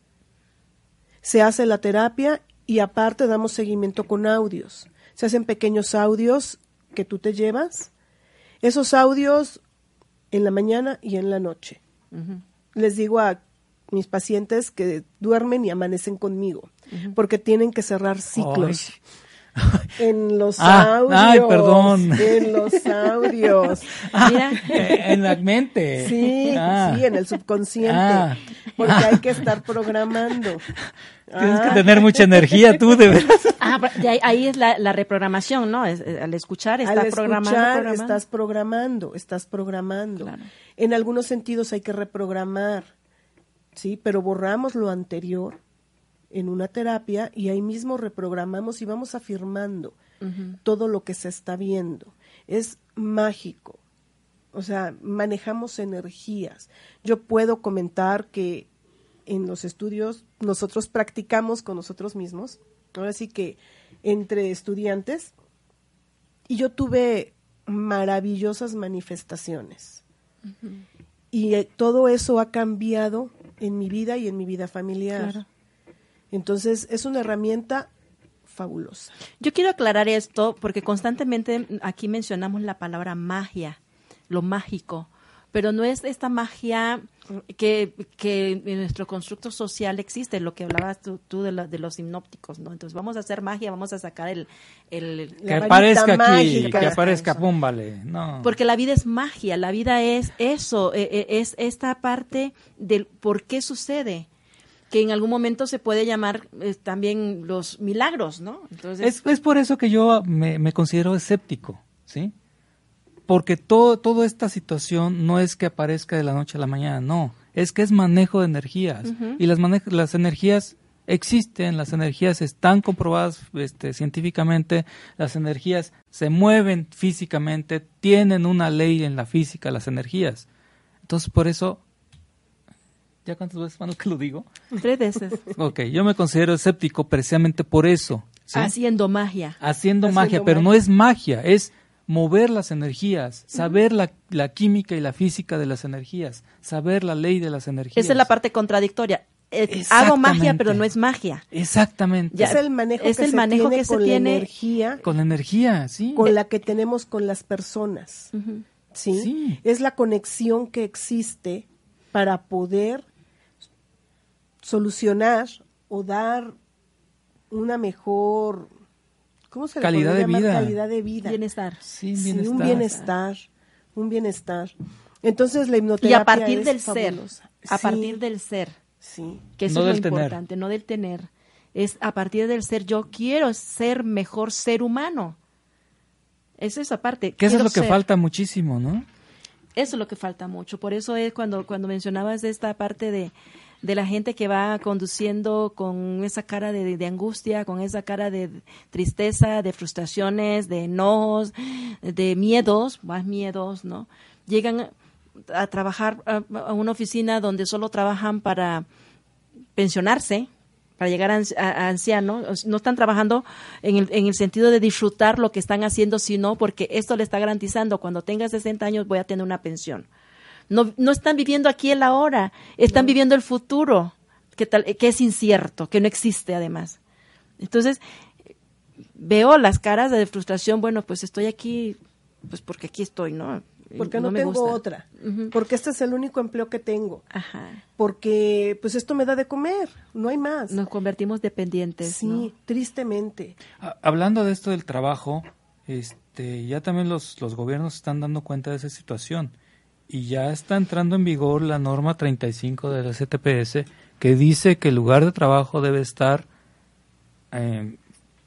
Se hace la terapia y aparte damos seguimiento con audios. Se hacen pequeños audios que tú te llevas. Esos audios en la mañana y en la noche. Uh-huh. Les digo a mis pacientes que duermen y amanecen conmigo, uh-huh. porque tienen que cerrar ciclos. Ay. En los ah, audios, ay, perdón. en los audios. Mira, en la mente. Sí, ah. sí, en el subconsciente. Ah. Porque ah. hay que estar programando. Tienes ah. que tener mucha energía tú, de verdad. Ah, ahí, ahí es la, la reprogramación, ¿no? Es, al escuchar, está al programando, escuchar, programando. estás programando, estás programando. Claro. En algunos sentidos hay que reprogramar, sí, pero borramos lo anterior en una terapia y ahí mismo reprogramamos y vamos afirmando uh-huh. todo lo que se está viendo. Es mágico. O sea, manejamos energías. Yo puedo comentar que en los estudios nosotros practicamos con nosotros mismos, ahora sí que entre estudiantes, y yo tuve maravillosas manifestaciones. Uh-huh. Y eh, todo eso ha cambiado en mi vida y en mi vida familiar. Claro. Entonces, es una herramienta fabulosa. Yo quiero aclarar esto porque constantemente aquí mencionamos la palabra magia, lo mágico, pero no es esta magia que, que en nuestro constructo social existe, lo que hablabas tú, tú de, la, de los hipnópticos, ¿no? Entonces vamos a hacer magia, vamos a sacar el... el que aparezca aquí, mágica. que aparezca, pum, vale. No. Porque la vida es magia, la vida es eso, es esta parte del por qué sucede, que en algún momento se puede llamar eh, también los milagros, ¿no? Entonces es, es por eso que yo me, me considero escéptico, ¿sí? Porque todo, toda esta situación no es que aparezca de la noche a la mañana, no, es que es manejo de energías. Uh-huh. Y las, manej- las energías existen, las energías están comprobadas este, científicamente, las energías se mueven físicamente, tienen una ley en la física, las energías. Entonces, por eso, ¿ya cuántas veces van que lo digo? Tres veces. Ok, yo me considero escéptico precisamente por eso. ¿sí? Haciendo magia. Haciendo, Haciendo magia, magia, pero no es magia, es mover las energías, saber uh-huh. la, la química y la física de las energías, saber la ley de las energías. Esa es la parte contradictoria. Eh, hago magia, pero no es magia. Exactamente. Ya, es el manejo es que el se manejo tiene que se con tiene la energía. Con la energía, sí. Con la que tenemos con las personas. Uh-huh. ¿sí? Sí. Es la conexión que existe para poder solucionar o dar una mejor... ¿Cómo se le calidad de llamar? vida. Calidad de vida. Bienestar. Sí, sí, bienestar. un bienestar, un bienestar. Entonces la hipnoterapia y a partir es del fabulosa. ser, a sí. partir del ser, sí. que eso no es lo del importante, tener. no del tener, es a partir del ser. Yo quiero ser mejor ser humano. Eso es aparte. Que eso es lo que ser. falta muchísimo, ¿no? Eso es lo que falta mucho. Por eso es cuando cuando mencionabas esta parte de de la gente que va conduciendo con esa cara de, de angustia, con esa cara de tristeza, de frustraciones, de enojos, de miedos, más miedos, ¿no? Llegan a trabajar a, a una oficina donde solo trabajan para pensionarse, para llegar a, a ancianos, no están trabajando en el, en el sentido de disfrutar lo que están haciendo, sino porque esto le está garantizando, cuando tenga sesenta años voy a tener una pensión. No, no están viviendo aquí el ahora, están no. viviendo el futuro, que, tal, que es incierto, que no existe además. Entonces, veo las caras de frustración, bueno, pues estoy aquí, pues porque aquí estoy, ¿no? Porque no, no me tengo gusta. otra, uh-huh. porque este es el único empleo que tengo, Ajá. porque pues esto me da de comer, no hay más. Nos convertimos dependientes. Sí, ¿no? tristemente. Hablando de esto del trabajo, este, ya también los, los gobiernos están dando cuenta de esa situación. Y ya está entrando en vigor la norma treinta y cinco de la C T P S que dice que el lugar de trabajo debe estar eh,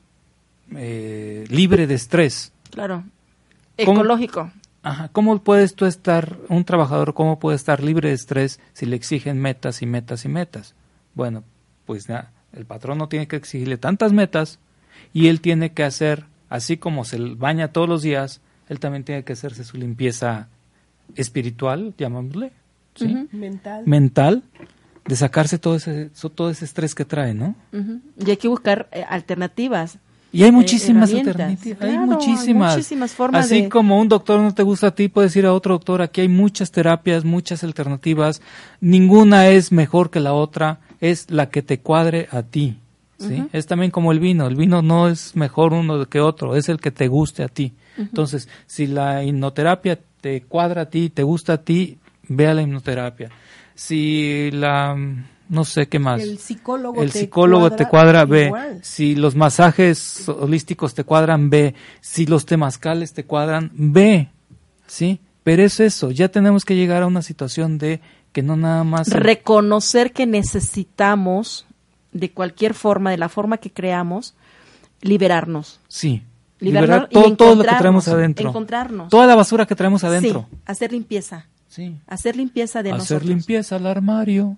eh, libre de estrés. Claro, ¿Cómo, ecológico. Ajá, ¿cómo puedes tú estar, un trabajador, cómo puede estar libre de estrés si le exigen metas y metas y metas? Bueno, pues ya, el patrón no tiene que exigirle tantas metas y él tiene que hacer, así como se baña todos los días, él también tiene que hacerse su limpieza espiritual, llamémosle, ¿sí? Uh-huh. Mental. Mental, de sacarse todo ese todo ese estrés que trae, ¿no? Uh-huh. Y hay que buscar eh, alternativas. Y hay muchísimas eh, alternativas, claro, hay muchísimas. Hay muchísimas formas. Así de... como un doctor no te gusta a ti, puedes ir a otro doctor. Aquí hay muchas terapias, muchas alternativas. Ninguna es mejor que la otra, es la que te cuadre a ti, ¿sí? Uh-huh. Es también como el vino. El vino no es mejor uno que otro, es el que te guste a ti. Uh-huh. Entonces, si la hipnoterapia te cuadra a ti, te gusta a ti, ve a la hipnoterapia. Si la, no sé qué más. El psicólogo, el te, psicólogo cuadra te cuadra, ve. Igual. Si los masajes holísticos te cuadran, ve. Si los temazcales te cuadran, ve. Sí, pero es eso, ya tenemos que llegar a una situación de que no nada más... Reconocer que necesitamos, de cualquier forma, de la forma que creamos, liberarnos. Sí. Liberar todo, todo lo que traemos adentro. Encontrarnos. Toda la basura que traemos adentro. Sí, hacer limpieza. Sí. Hacer limpieza de hacer nosotros. Hacer limpieza al armario.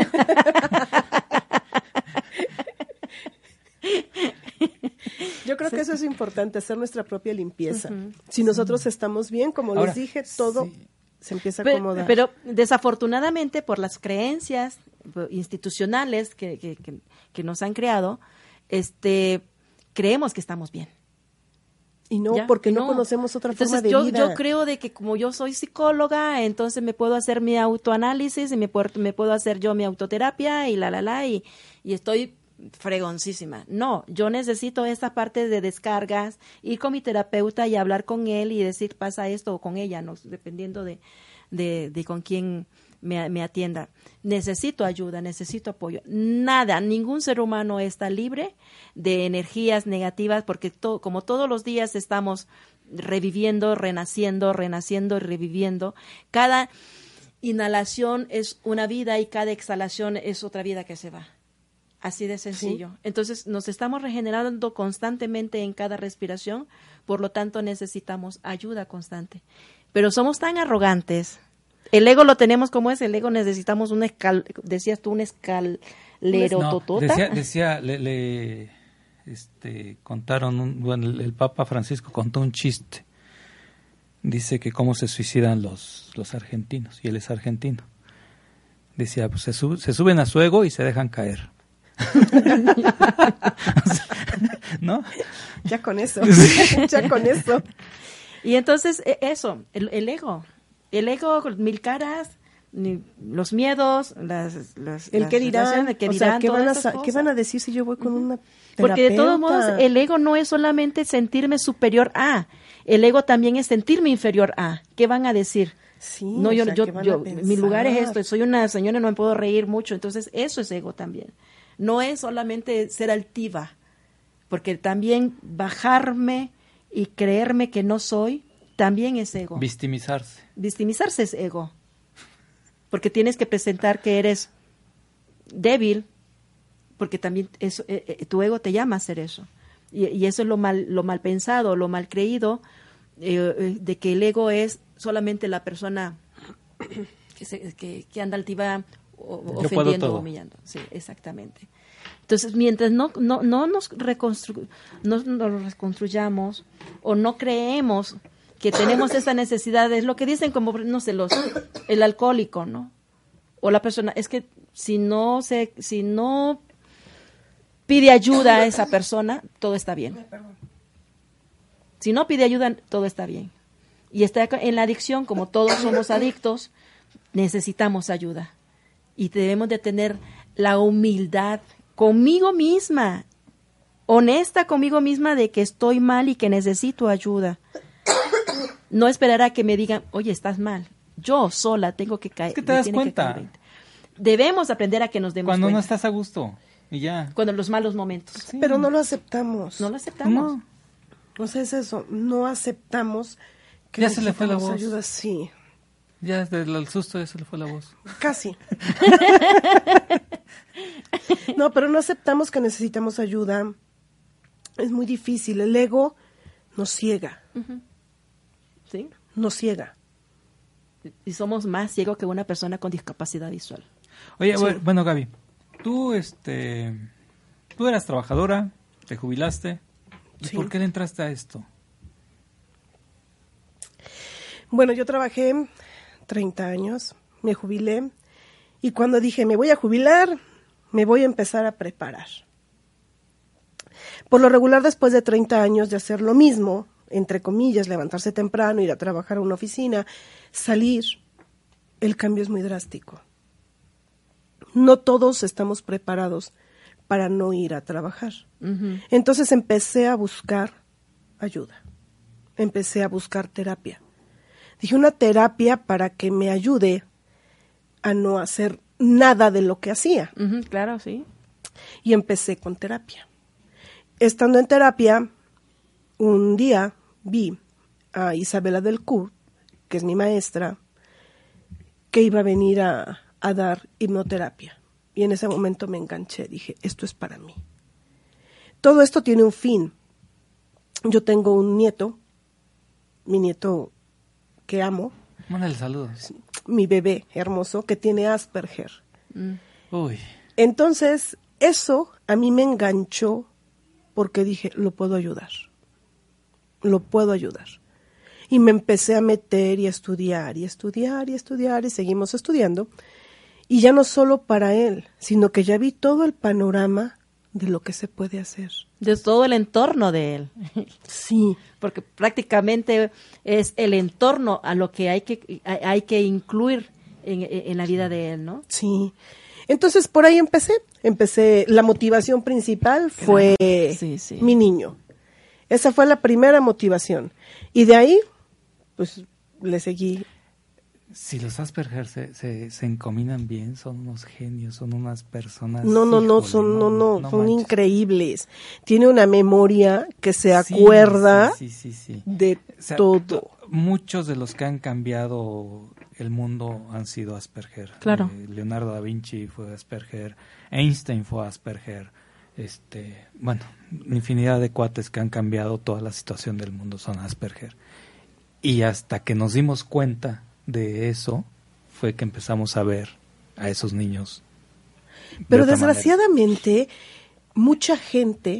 Yo creo que eso es importante, hacer nuestra propia limpieza. Uh-huh. Si nosotros estamos bien, como Ahora, les dije, todo sí. se empieza a pero, acomodar. Pero desafortunadamente, por las creencias institucionales que, que, que, que nos han creado, este, creemos que estamos bien. Y no, ¿Ya? porque no, no conocemos otra entonces, forma de yo, vida. Yo creo de que como yo soy psicóloga, entonces me puedo hacer mi autoanálisis y me puedo, me puedo hacer yo mi autoterapia y la, la, la, y, y estoy fregoncísima. No, yo necesito esta parte de descargas, ir con mi terapeuta y hablar con él y decir pasa esto o con ella, no, dependiendo de, de, de con quién me, me atienda. Necesito ayuda, necesito apoyo. Nada, ningún ser humano está libre de energías negativas porque to, como todos los días estamos reviviendo, renaciendo, renaciendo y reviviendo. Cada inhalación es una vida y cada exhalación es otra vida que se va. Así de sencillo. Sí. Entonces nos estamos regenerando constantemente en cada respiración, por lo tanto necesitamos ayuda constante. Pero somos tan arrogantes. El ego lo tenemos como es, el ego necesitamos un escal, decías tú, un escalero no, totota. Decía, decía le, le este, contaron, un, bueno, el, el Papa Francisco contó un chiste. Dice que cómo se suicidan los, los argentinos, y él es argentino. Decía, pues se, sub, se suben a su ego y se dejan caer. ¿No? Ya con eso, sí. ya con eso. Y entonces eso, el, el ego, el ego, mil caras, los miedos, las, las el las que dirán, el que o dirán, sea, ¿qué van, a, ¿qué van a decir si yo voy con una terapeuta? Porque de todos modos el ego no es solamente sentirme superior a, el ego también es sentirme inferior a. ¿Qué van a decir? Sí, no, yo, o sea, yo, ¿qué yo mi lugar es esto, soy una señora, no me puedo reír mucho, entonces eso es ego también. No es solamente ser altiva, porque también bajarme y creerme que no soy, también es ego. Victimizarse. Victimizarse es ego, porque tienes que presentar que eres débil, porque también eso, eh, eh, tu ego te llama a hacer eso. Y, y eso es lo mal, lo mal pensado, lo mal creído, eh, de que el ego es solamente la persona que, se, que, que anda altiva, o, ofendiendo o humillando. Sí, exactamente. Entonces, mientras no no no nos, reconstru- no nos reconstruyamos o no creemos que tenemos esa necesidad, es lo que dicen como, no sé, los, el alcohólico, ¿no? O la persona, es que si no se, si no pide ayuda a esa persona, todo está bien. Si no pide ayuda, todo está bien. Y está en la adicción, como todos somos adictos, necesitamos ayuda. Y debemos de tener la humildad conmigo misma, honesta conmigo misma de que estoy mal y que necesito ayuda. No esperar a que me digan, oye, estás mal. Yo sola tengo que caer. Es que te das cuenta. Que Debemos aprender a que nos demos cuando cuenta. no estás a gusto y ya. Cuando los malos momentos. Sí. Pero no lo aceptamos. No lo aceptamos. No. O sea, es eso. No aceptamos que ya se le fue la voz. Ayuda, sí. Ya desde el susto ya se le fue la voz. Casi. No, pero no aceptamos que necesitamos ayuda. Es muy difícil. El ego nos ciega. Uh-huh. ¿Sí? Nos ciega. Y somos más ciegos que una persona con discapacidad visual. Oye, sí. Bueno, Gaby, tú, este, tú eras trabajadora, te jubilaste. ¿Y sí. por qué le entraste a esto? Bueno, yo trabajé treinta años, me jubilé, y cuando dije, me voy a jubilar, me voy a empezar a preparar. Por lo regular, después de treinta años de hacer lo mismo, entre comillas, levantarse temprano, ir a trabajar a una oficina, salir, el cambio es muy drástico. No todos estamos preparados para no ir a trabajar. Uh-huh. Entonces empecé a buscar ayuda, empecé a buscar terapia. Dije, una terapia para que me ayude a no hacer nada de lo que hacía. Uh-huh, claro, sí. Y empecé con terapia. Estando en terapia, un día vi a Isabela Delcourt, que es mi maestra, que iba a venir a, a dar hipnoterapia. Y en ese momento me enganché, dije, esto es para mí. Todo esto tiene un fin. Yo tengo un nieto, mi nieto que amo. Mándale saludos. Mi bebé hermoso que tiene Asperger. Mm. Uy. Entonces, eso a mí me enganchó porque dije, lo puedo ayudar. Lo puedo ayudar. Y me empecé a meter y a estudiar y a estudiar y a estudiar y seguimos estudiando. Y ya no solo para él, sino que ya vi todo el panorama de lo que se puede hacer. De todo el entorno de él. Sí. Porque prácticamente es el entorno a lo que hay que, hay que incluir en, en la vida de él, ¿no? Sí. Entonces, por ahí empecé. Empecé, la motivación principal fue claro. sí, sí. mi niño. Esa fue la primera motivación. Y de ahí, pues, le seguí. Si los Asperger se, se, se encominan bien, son unos genios, son unas personas... No, no, no, híjole, son, no, no, no son manches. increíbles. Tiene una memoria que se Sí, acuerda sí, sí, sí, sí. de O sea, todo. Muchos de los que han cambiado el mundo han sido Asperger. Claro. Eh, Leonardo da Vinci fue Asperger, Einstein fue Asperger, este, bueno, infinidad de cuates que han cambiado toda la situación del mundo son Asperger. Y hasta que nos dimos cuenta de eso, fue que empezamos a ver a esos niños. Pero de otra desgraciadamente, manera. mucha gente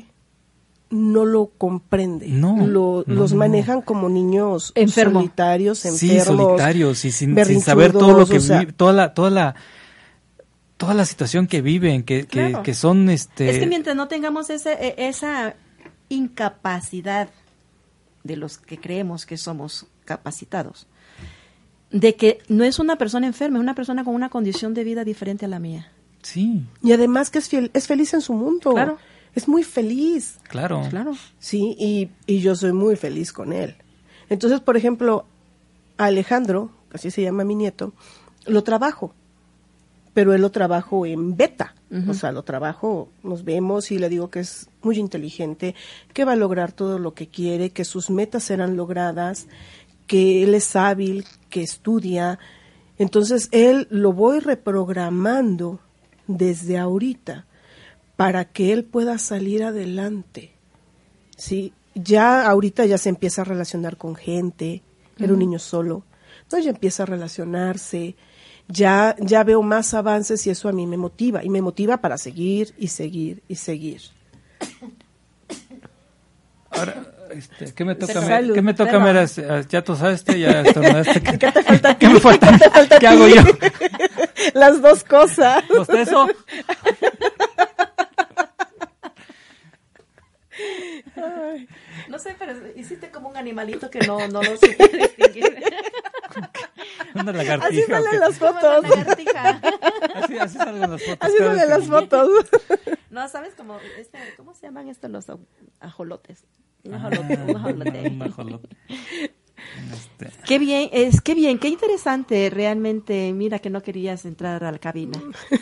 no lo comprende. No, lo, no los no, manejan como niños Enfermo. solitarios, enfermos. Sí, solitarios y sin, sin saber todo lo que o sea, vive, toda la, toda la, toda la situación que viven, que, Claro. que, que son, este. Es que mientras no tengamos ese, esa incapacidad de los que creemos que somos capacitados, de que no es una persona enferma, es una persona con una condición de vida diferente a la mía. Sí, y además que es, fiel, es feliz en su mundo. Claro. Es muy feliz. claro. Claro. Sí, y, y yo soy muy feliz con él. Entonces, por ejemplo, a Alejandro, así se llama mi nieto, lo trabajo, pero él lo trabajo en beta. Uh-huh. O sea, lo trabajo, nos vemos y le digo que es muy inteligente, que va a lograr todo lo que quiere, que sus metas serán logradas, que él es hábil, que estudia. Entonces, él lo voy reprogramando desde ahorita para que él pueda salir adelante. Sí, ya ahorita ya se empieza a relacionar con gente, era un niño solo, entonces ya empieza a relacionarse, ya, ya veo más avances y eso a mí me motiva, y me motiva para seguir y seguir y seguir. Ahora, este, ¿qué me toca? Salud. Me, ¿Qué me toca? Salud. Mira, ya tosaste, ya estornudaste. ¿Qué, ¿Qué te falta a ti? ¿Qué me falta? ¿Qué te falta a ¿Qué ti? hago yo? Las dos cosas. ¿Bostezo? No sé, pero hiciste como un animalito que no, no lo supe distinguir. Una Así lagartija. salen ¿o las qué? Como fotos. una lagartija. Así, así salen las fotos. Así cada salen vez las que- fotos. No, ¿sabes cómo, este, cómo se llaman estos los ajolotes? Un Ah, ajolote, un ajolote. un ajolote. Este, Qué bien, es qué bien, qué interesante realmente. Mira que no querías entrar a la cabina.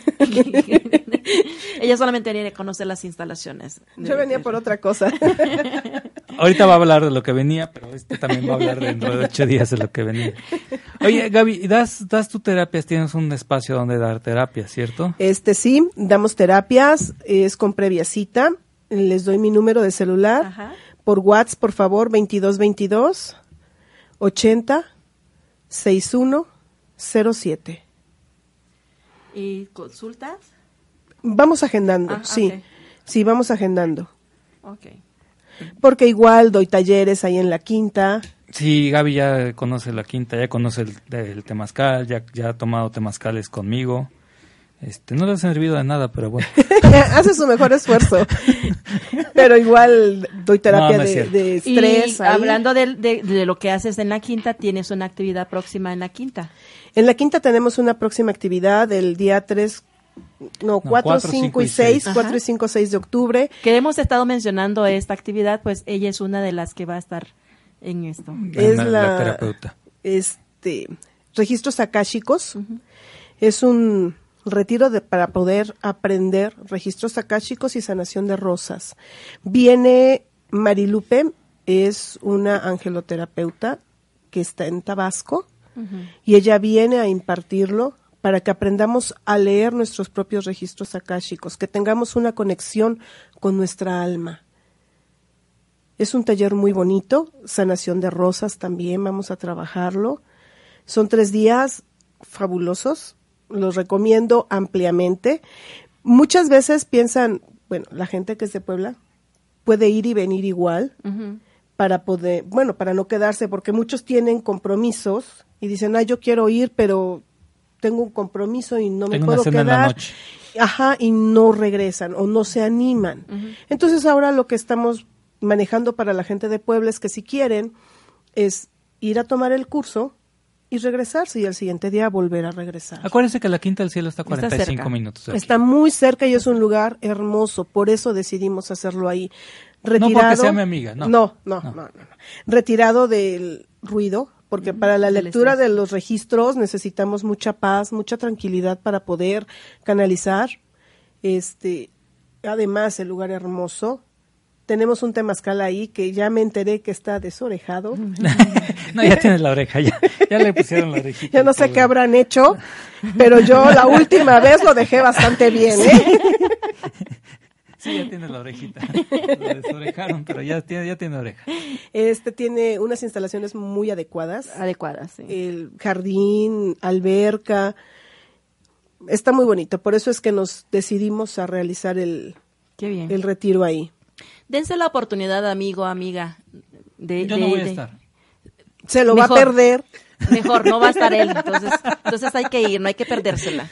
Ella solamente venía a conocer las instalaciones. Yo venía por otra cosa. ahorita va a hablar de lo que venía, pero este también va a hablar dentro de ocho días de lo que venía. Oye, Gaby, das, das tu terapias, tienes un espacio donde dar terapias, ¿cierto? Este sí, damos terapias, es con previa cita. Les doy mi número de celular. Ajá. Por WhatsApp, por favor, veintidós veintidós ochenta sesenta y uno cero siete. ¿Y consultas? Vamos agendando, Ah, sí. ok. Sí, vamos agendando. Ok. Porque igual doy talleres ahí en la quinta. Sí, Gaby ya conoce la quinta, ya conoce el, el temazcal, ya, ya ha tomado temazcales conmigo. Este, no le ha servido de nada, pero bueno. Hace su mejor esfuerzo. Pero igual doy terapia No, no es de, cierto. de estrés. Y ahí. hablando de, de, de lo que haces en la quinta, tienes una actividad próxima en la quinta. En la quinta tenemos una próxima actividad el día tres, no, cuatro, cuatro, cinco cinco y y seis, seis. cuatro y cinco, seis de octubre. Que hemos estado mencionando esta actividad, pues ella es una de las que va a estar en esto. Es la, la, la terapeuta. Este, registros akáshicos. Uh-huh. Es un retiro de, para poder aprender registros akáshicos y sanación de rosas. Viene Marilupe, es una angeloterapeuta que está en Tabasco. Uh-huh. Y ella viene a impartirlo para que aprendamos a leer nuestros propios registros akáshicos, que tengamos una conexión con nuestra alma. Es un taller muy bonito, sanación de rosas también, vamos a trabajarlo. Son tres días fabulosos, los recomiendo ampliamente. Muchas veces piensan, bueno, la gente que es de Puebla puede ir y venir igual, uh-huh, para poder, bueno, para no quedarse, porque muchos tienen compromisos y dicen, ah, yo quiero ir, pero tengo un compromiso y no me tengo puedo una cena quedar. En la noche. Ajá, y no regresan o no se animan. Uh-huh. Entonces ahora lo que estamos manejando para la gente de Puebla es que si quieren es ir a tomar el curso y regresarse y al siguiente día volver a regresar. Acuérdense que la Quinta del Cielo está a cuarenta y cinco minutos. Está muy cerca y es un lugar hermoso, por eso decidimos hacerlo ahí. Retirado, no porque sea mi amiga, no. No, no, no, no, no. Retirado del ruido, porque para la lectura de los registros necesitamos mucha paz, mucha tranquilidad para poder canalizar. Este, además, el lugar hermoso. Tenemos un temazcal ahí que ya me enteré que está desorejado. No, ya tiene la oreja, ya, ya le pusieron la orejita. Ya no sé qué habrán hecho, pero yo la última vez lo dejé bastante bien, ¿eh? Sí, ya tiene la orejita. Lo desorejaron, pero ya tiene, ya tiene oreja. Este tiene unas instalaciones muy adecuadas. Adecuadas, sí. El jardín, alberca. Está muy bonito. Por eso es que nos decidimos a realizar el, Qué bien. el retiro ahí. Dense la oportunidad, amigo, amiga. De, Yo de, no voy a de... estar. Se lo Mejor, va a perder. Mejor, no va a estar él. Entonces, entonces hay que ir, no hay que perdérsela.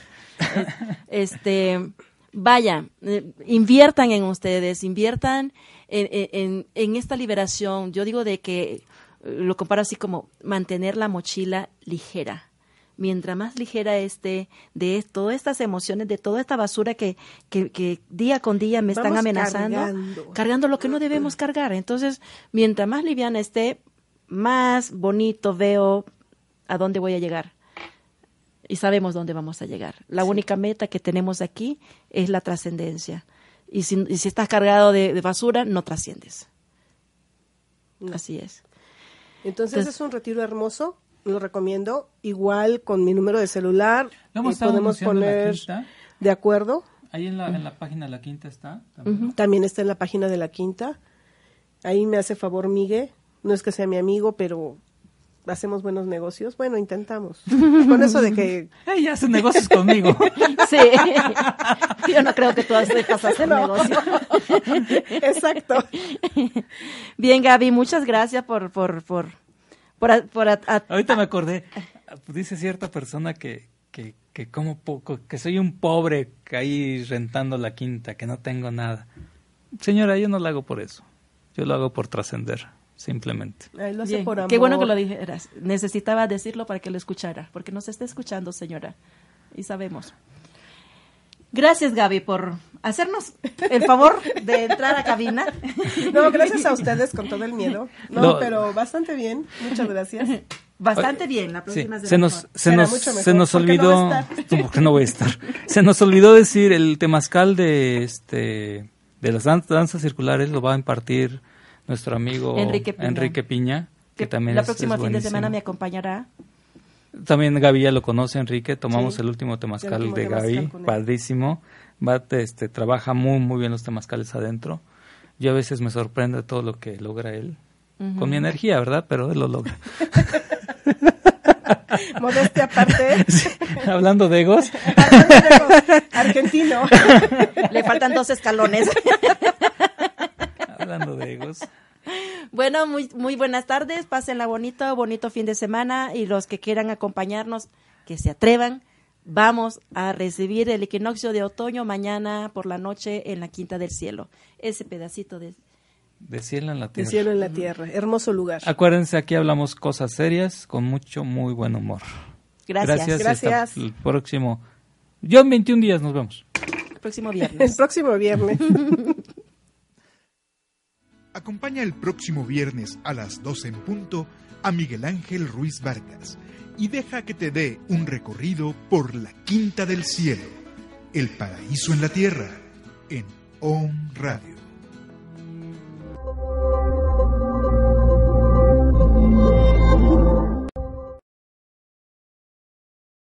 Este... Vaya, eh, inviertan en ustedes, inviertan en, en, en esta liberación. Yo digo de que, eh, lo comparo así como mantener la mochila ligera. Mientras más ligera esté de todas estas emociones, de toda esta basura que, que, que día con día me están Vamos amenazando, cargando. cargando lo que no debemos cargar. Entonces, mientras más liviana esté, más bonito veo a dónde voy a llegar. Y sabemos dónde vamos a llegar. La sí. única meta que tenemos aquí es la trascendencia. Y si, y si estás cargado de, de basura, no trasciendes. No. Así es. Entonces, Entonces es un retiro hermoso, lo recomiendo. Igual con mi número de celular lo hemos eh, podemos poner de acuerdo. Ahí en la, en la página de la Quinta está. También. Uh-huh. También está en la página de la Quinta. Ahí me hace favor Miguel. No es que sea mi amigo, pero... hacemos buenos negocios. Bueno, intentamos. Con eso de que... Ella hace negocios conmigo. Sí. Yo no creo que tú dejas hacer no. negocio. Exacto. Bien, Gaby, muchas gracias por... por, por, por, a, por a, a, Ahorita me acordé. Dice cierta persona que, que, que como poco, que soy un pobre ahí rentando la Quinta, que no tengo nada. Señora, yo no lo hago por eso. Yo lo hago por trascender. Simplemente. Ay, lo hace por amor. Qué bueno que lo dijeras. Necesitaba decirlo para que lo escuchara, porque nos está escuchando, señora, y sabemos. Gracias, Gaby, por hacernos el favor de entrar a cabina. No, gracias a ustedes con todo el miedo. No, no. pero bastante bien. Muchas gracias. Bastante bien. La próxima sí, se nos se nos se nos olvidó. ¿Por qué no voy a estar? Se nos olvidó decir el temazcal de este de las danzas circulares lo va a impartir nuestro amigo Enrique Piña, Enrique Piña que, que también la es, próxima es fin de semana me acompañará. También Gaby ya lo conoce, Enrique. Tomamos sí, el último temazcal el último de temazcal Gaby, padrísimo. Va, este, trabaja muy muy bien los temazcales adentro. Yo a veces me sorprende todo lo que logra él uh-huh. con mi energía, ¿verdad? Pero él lo logra. Modestia aparte. Sí, hablando de egos. Argentino. Le faltan dos escalones. Hablando de egos. Bueno, muy muy buenas tardes, pásenla bonito, bonito fin de semana y los que quieran acompañarnos, que se atrevan. Vamos a recibir el equinoccio de otoño mañana por la noche en la Quinta del Cielo. Ese pedacito de... De cielo en la tierra. De cielo en la tierra, hermoso lugar. Acuérdense, aquí hablamos cosas serias con mucho, muy buen humor. Gracias. Gracias. Gracias. Hasta el próximo... Yo en veintiún días nos vemos. El próximo viernes. El próximo viernes. Acompaña el próximo viernes a las doce en punto a Miguel Ángel Ruiz Vargas y deja que te dé un recorrido por la Quinta del Cielo, el paraíso en la tierra, en Om Radio.